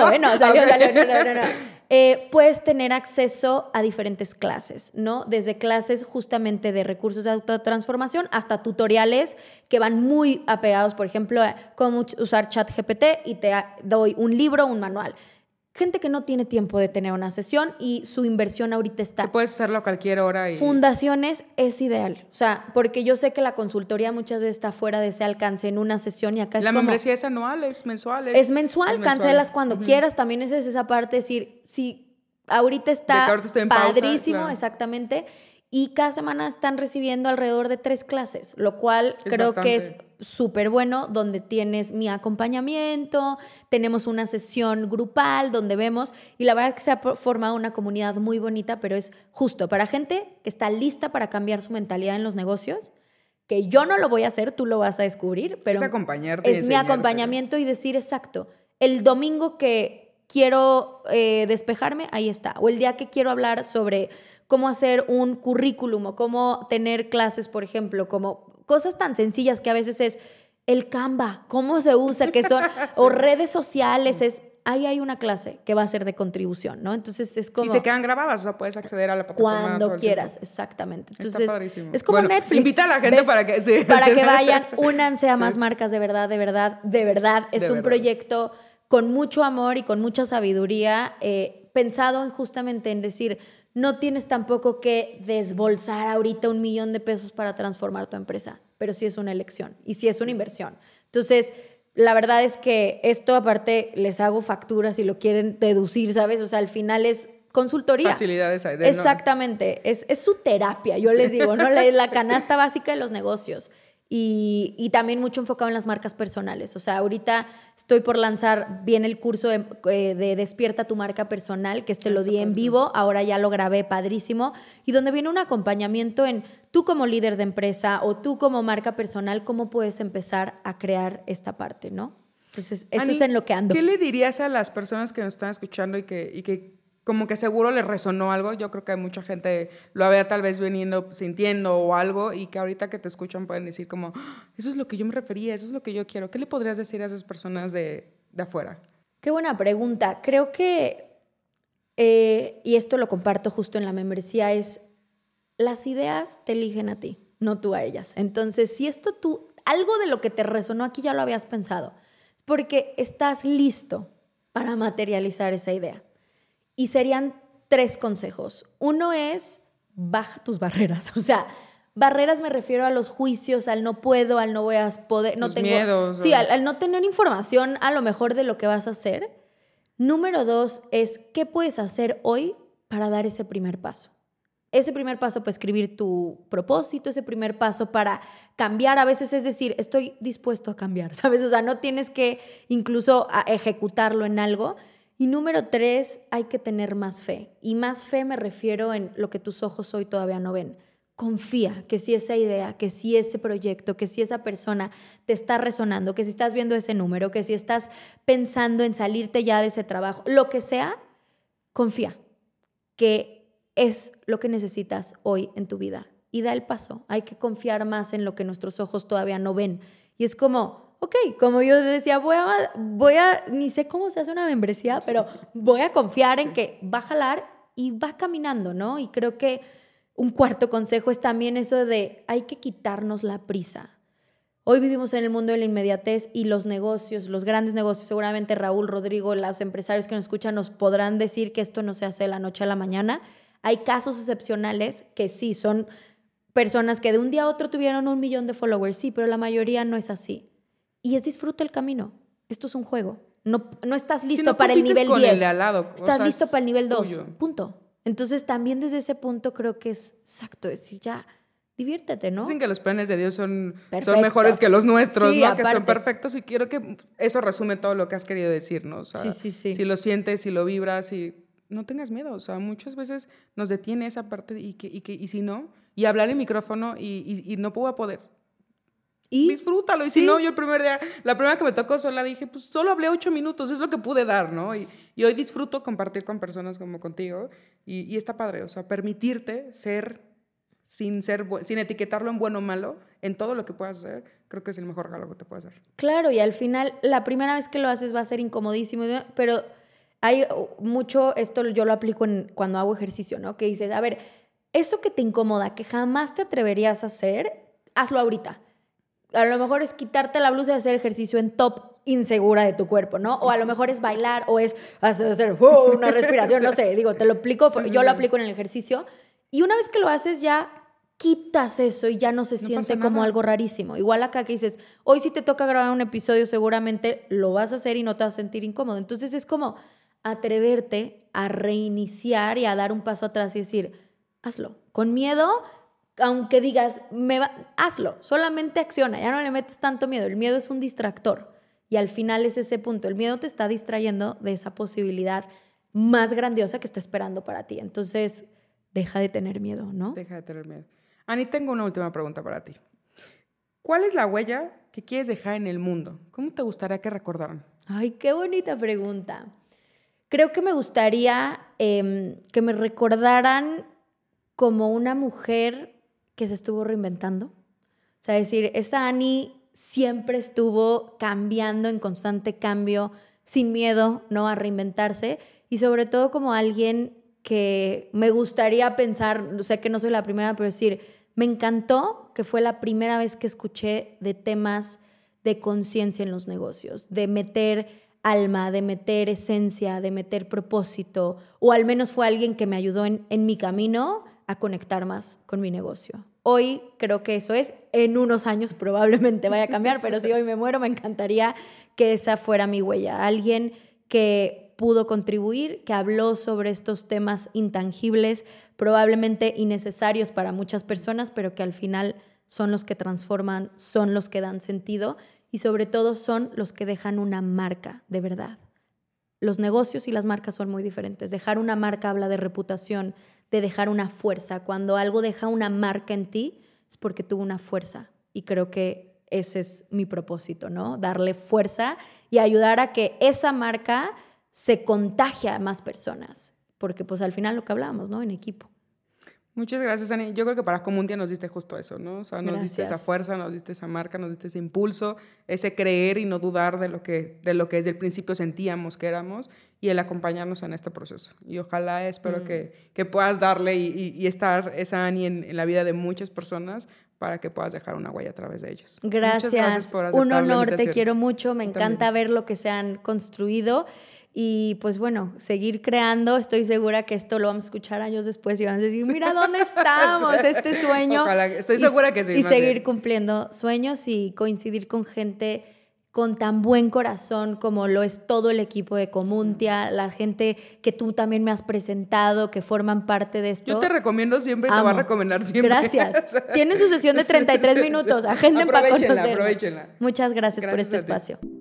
Puedes tener acceso a diferentes clases, ¿no? Desde clases justamente de recursos de autotransformación hasta tutoriales que van muy apegados, por ejemplo, a cómo usar ChatGPT y te doy un libro, un manual. Gente que no tiene tiempo de tener una sesión y su inversión ahorita está... Que puedes hacerlo a cualquier hora. Fundaciones es ideal. O sea, porque yo sé que la consultoría muchas veces está fuera de ese alcance en una sesión y acá es como... La membresía es anual, es mensual. Es mensual, cancelas cuando quieras. También es esa parte de decir, si ahorita está padrísimo, claro. Exactamente. Y cada semana están recibiendo alrededor de 3 clases, lo cual creo que es súper bueno, donde tienes mi acompañamiento, tenemos una sesión grupal donde vemos, y la verdad es que se ha formado una comunidad muy bonita, pero es justo para gente que está lista para cambiar su mentalidad en los negocios, que yo no lo voy a hacer, tú lo vas a descubrir, pero es mi acompañamiento y decir, exacto, el domingo que quiero despejarme, ahí está, o el día que quiero hablar sobre cómo hacer un currículum o cómo tener clases, por ejemplo, como cosas tan sencillas que a veces es el Canva, cómo se usa, que son, o redes sociales, ahí hay una clase que va a ser de contribución, ¿no? Entonces es como... Y se quedan grabadas, o sea, puedes acceder a la plataforma cuando quieras, exactamente. Entonces, está padrísimo. Es como Netflix. Invita a la gente para que... Sí, para que vayan, únanse a Más Marcas de Verdad, de verdad, de verdad. Es un proyecto con mucho amor y con mucha sabiduría, pensado justamente en decir... No tienes tampoco que desbolsar ahorita $1 millón de pesos para transformar tu empresa, pero sí es una elección y sí es una inversión. Entonces, la verdad es que esto aparte les hago facturas si lo quieren deducir, ¿sabes? O sea, al final es consultoría. Facilidades hay. Exactamente, es su terapia, yo les digo, ¿no? La canasta básica de los negocios. Y también mucho enfocado en las marcas personales. O sea, ahorita estoy por lanzar bien el curso de Despierta tu marca personal, que lo di en vivo, ahora ya lo grabé padrísimo, y donde viene un acompañamiento en tú como líder de empresa o tú como marca personal, cómo puedes empezar a crear esta parte, ¿no? Entonces, eso Ani, es en lo que ando. ¿Qué le dirías a las personas que nos están escuchando y que como que seguro les resonó algo? Yo creo que mucha gente lo había tal vez veniendo sintiendo o algo, y que ahorita que te escuchan pueden decir como, eso es lo que yo me refería, eso es lo que yo quiero. ¿Qué le podrías decir a esas personas de afuera? Qué buena pregunta. Creo que, y esto lo comparto justo en la membresía, es las ideas te eligen a ti, no tú a ellas. Entonces, si algo de lo que te resonó aquí ya lo habías pensado, es porque estás listo para materializar esa idea. Y serían 3 consejos. Uno es, baja tus barreras. O sea, barreras me refiero a los juicios, al no puedo, al no voy a poder, no tengo miedos. Sí, al no tener información a lo mejor de lo que vas a hacer. Número 2 es, ¿qué puedes hacer hoy para dar ese primer paso? Ese primer paso para escribir tu propósito, ese primer paso para cambiar. A veces es decir, estoy dispuesto a cambiar, ¿sabes? O sea, no tienes que incluso ejecutarlo en algo. Y número 3, hay que tener más fe. Y más fe me refiero en lo que tus ojos hoy todavía no ven. Confía que si esa idea, que si ese proyecto, que si esa persona te está resonando, que si estás viendo ese número, que si estás pensando en salirte ya de ese trabajo, lo que sea, confía que es lo que necesitas hoy en tu vida. Y da el paso. Hay que confiar más en lo que nuestros ojos todavía no ven. Y es como... Ok, como yo decía, voy a, ni sé cómo se hace una membresía, pero voy a confiar en que va a jalar y va caminando, ¿no? Y creo que un cuarto consejo es también eso de hay que quitarnos la prisa. Hoy vivimos en el mundo de la inmediatez y los negocios, los grandes negocios, seguramente Raúl, Rodrigo, los empresarios que nos escuchan nos podrán decir que esto no se hace de la noche a la mañana. Hay casos excepcionales que sí, son personas que de un día a otro tuvieron 1 millón de followers, sí, pero la mayoría no es así. Y disfruta el camino. Esto es un juego. No estás listo para el nivel 10. El de al lado. Estás listo para el nivel 2. Punto. Entonces, también desde ese punto creo que es exacto decir, ya, diviértete, ¿no? Dicen que los planes de Dios son mejores que los nuestros, sí, ¿no? Aparte. Que son perfectos, y quiero que eso resume todo lo que has querido decir, ¿no? O sea, sí. Si lo sientes, si lo vibras, no tengas miedo. O sea, muchas veces nos detiene esa parte y si no, y hablar en micrófono y no puedo poder. ¿Y? Disfrútalo. Y si no, yo la primera que me tocó sola dije, pues solo hablé 8 minutos, es lo que pude dar, ¿no? Y hoy disfruto compartir con personas como contigo, y está padre. O sea, permitirte ser sin etiquetarlo en bueno o malo, en todo lo que puedas hacer, creo que es el mejor regalo que te puedes hacer. Claro, y al final, la primera vez que lo haces va a ser incomodísimo, pero hay mucho, esto yo lo aplico cuando hago ejercicio, ¿no? Que dices, a ver, eso que te incomoda, que jamás te atreverías a hacer, hazlo ahorita. A lo mejor es quitarte la blusa y hacer ejercicio en top insegura de tu cuerpo, ¿no? O a lo mejor es bailar, o es hacer una respiración, no sé, digo, te lo aplico, yo lo aplico en el ejercicio. Y una vez que lo haces ya quitas eso y ya no se siente como algo rarísimo. Igual acá que dices, hoy si te toca grabar un episodio seguramente lo vas a hacer y no te vas a sentir incómodo. Entonces es como atreverte a reiniciar y a dar un paso atrás y decir, hazlo. Con miedo, aunque digas, hazlo, solamente acciona, ya no le metes tanto miedo. El miedo es un distractor y al final es ese punto. El miedo te está distrayendo de esa posibilidad más grandiosa que está esperando para ti. Entonces, deja de tener miedo, ¿no? Deja de tener miedo. Ani, tengo una última pregunta para ti. ¿Cuál es la huella que quieres dejar en el mundo? ¿Cómo te gustaría que recordaran? Ay, qué bonita pregunta. Creo que me gustaría que me recordaran como una mujer que se estuvo reinventando. O sea, decir, esa Ani siempre estuvo cambiando, en constante cambio, sin miedo, ¿no? A reinventarse. Y sobre todo como alguien que me gustaría pensar, sé que no soy la primera, pero decir, me encantó que fue la primera vez que escuché de temas de conciencia en los negocios, de meter alma, de meter esencia, de meter propósito, o al menos fue alguien que me ayudó en mi camino a conectar más con mi negocio. Hoy creo que eso es, en unos años probablemente vaya a cambiar, pero si hoy me muero me encantaría que esa fuera mi huella, alguien que pudo contribuir, que habló sobre estos temas intangibles, probablemente innecesarios para muchas personas, pero que al final son los que transforman, son los que dan sentido y sobre todo son los que dejan una marca de verdad. Los negocios y las marcas son muy diferentes. Dejar una marca habla de reputación, de dejar una fuerza. Cuando algo deja una marca en ti es porque tuvo una fuerza y creo que ese es mi propósito, ¿no? Darle fuerza y ayudar a que esa marca se contagie a más personas, porque pues al final lo que hablábamos, ¿no? En equipo. Muchas gracias, Ani. Yo creo que para Comuntia nos diste justo eso, ¿no? O sea, nos diste esa fuerza, nos diste esa marca, nos diste ese impulso, ese creer y no dudar de lo que desde el principio sentíamos que éramos y el acompañarnos en este proceso. Y ojalá, espero que puedas darle y estar esa Ani en la vida de muchas personas para que puedas dejar una huella a través de ellos. Gracias. Muchas gracias por aceptar un honor, la invitación. te quiero mucho, me encanta ver lo que se han construido. Y pues bueno, seguir creando. Estoy segura que esto lo vamos a escuchar años después y vamos a decir, mira dónde estamos, este sueño. Ojalá, estoy segura que sí. Y seguir cumpliendo sueños y coincidir con gente con tan buen corazón como lo es todo el equipo de Comuntia, la gente que tú también me has presentado, que forman parte de esto. Yo te recomiendo siempre y te voy a recomendar siempre. Gracias. Tienen su sesión de 33 minutos. Agenden para conocerla. Aprovechenla. Muchas gracias por este espacio.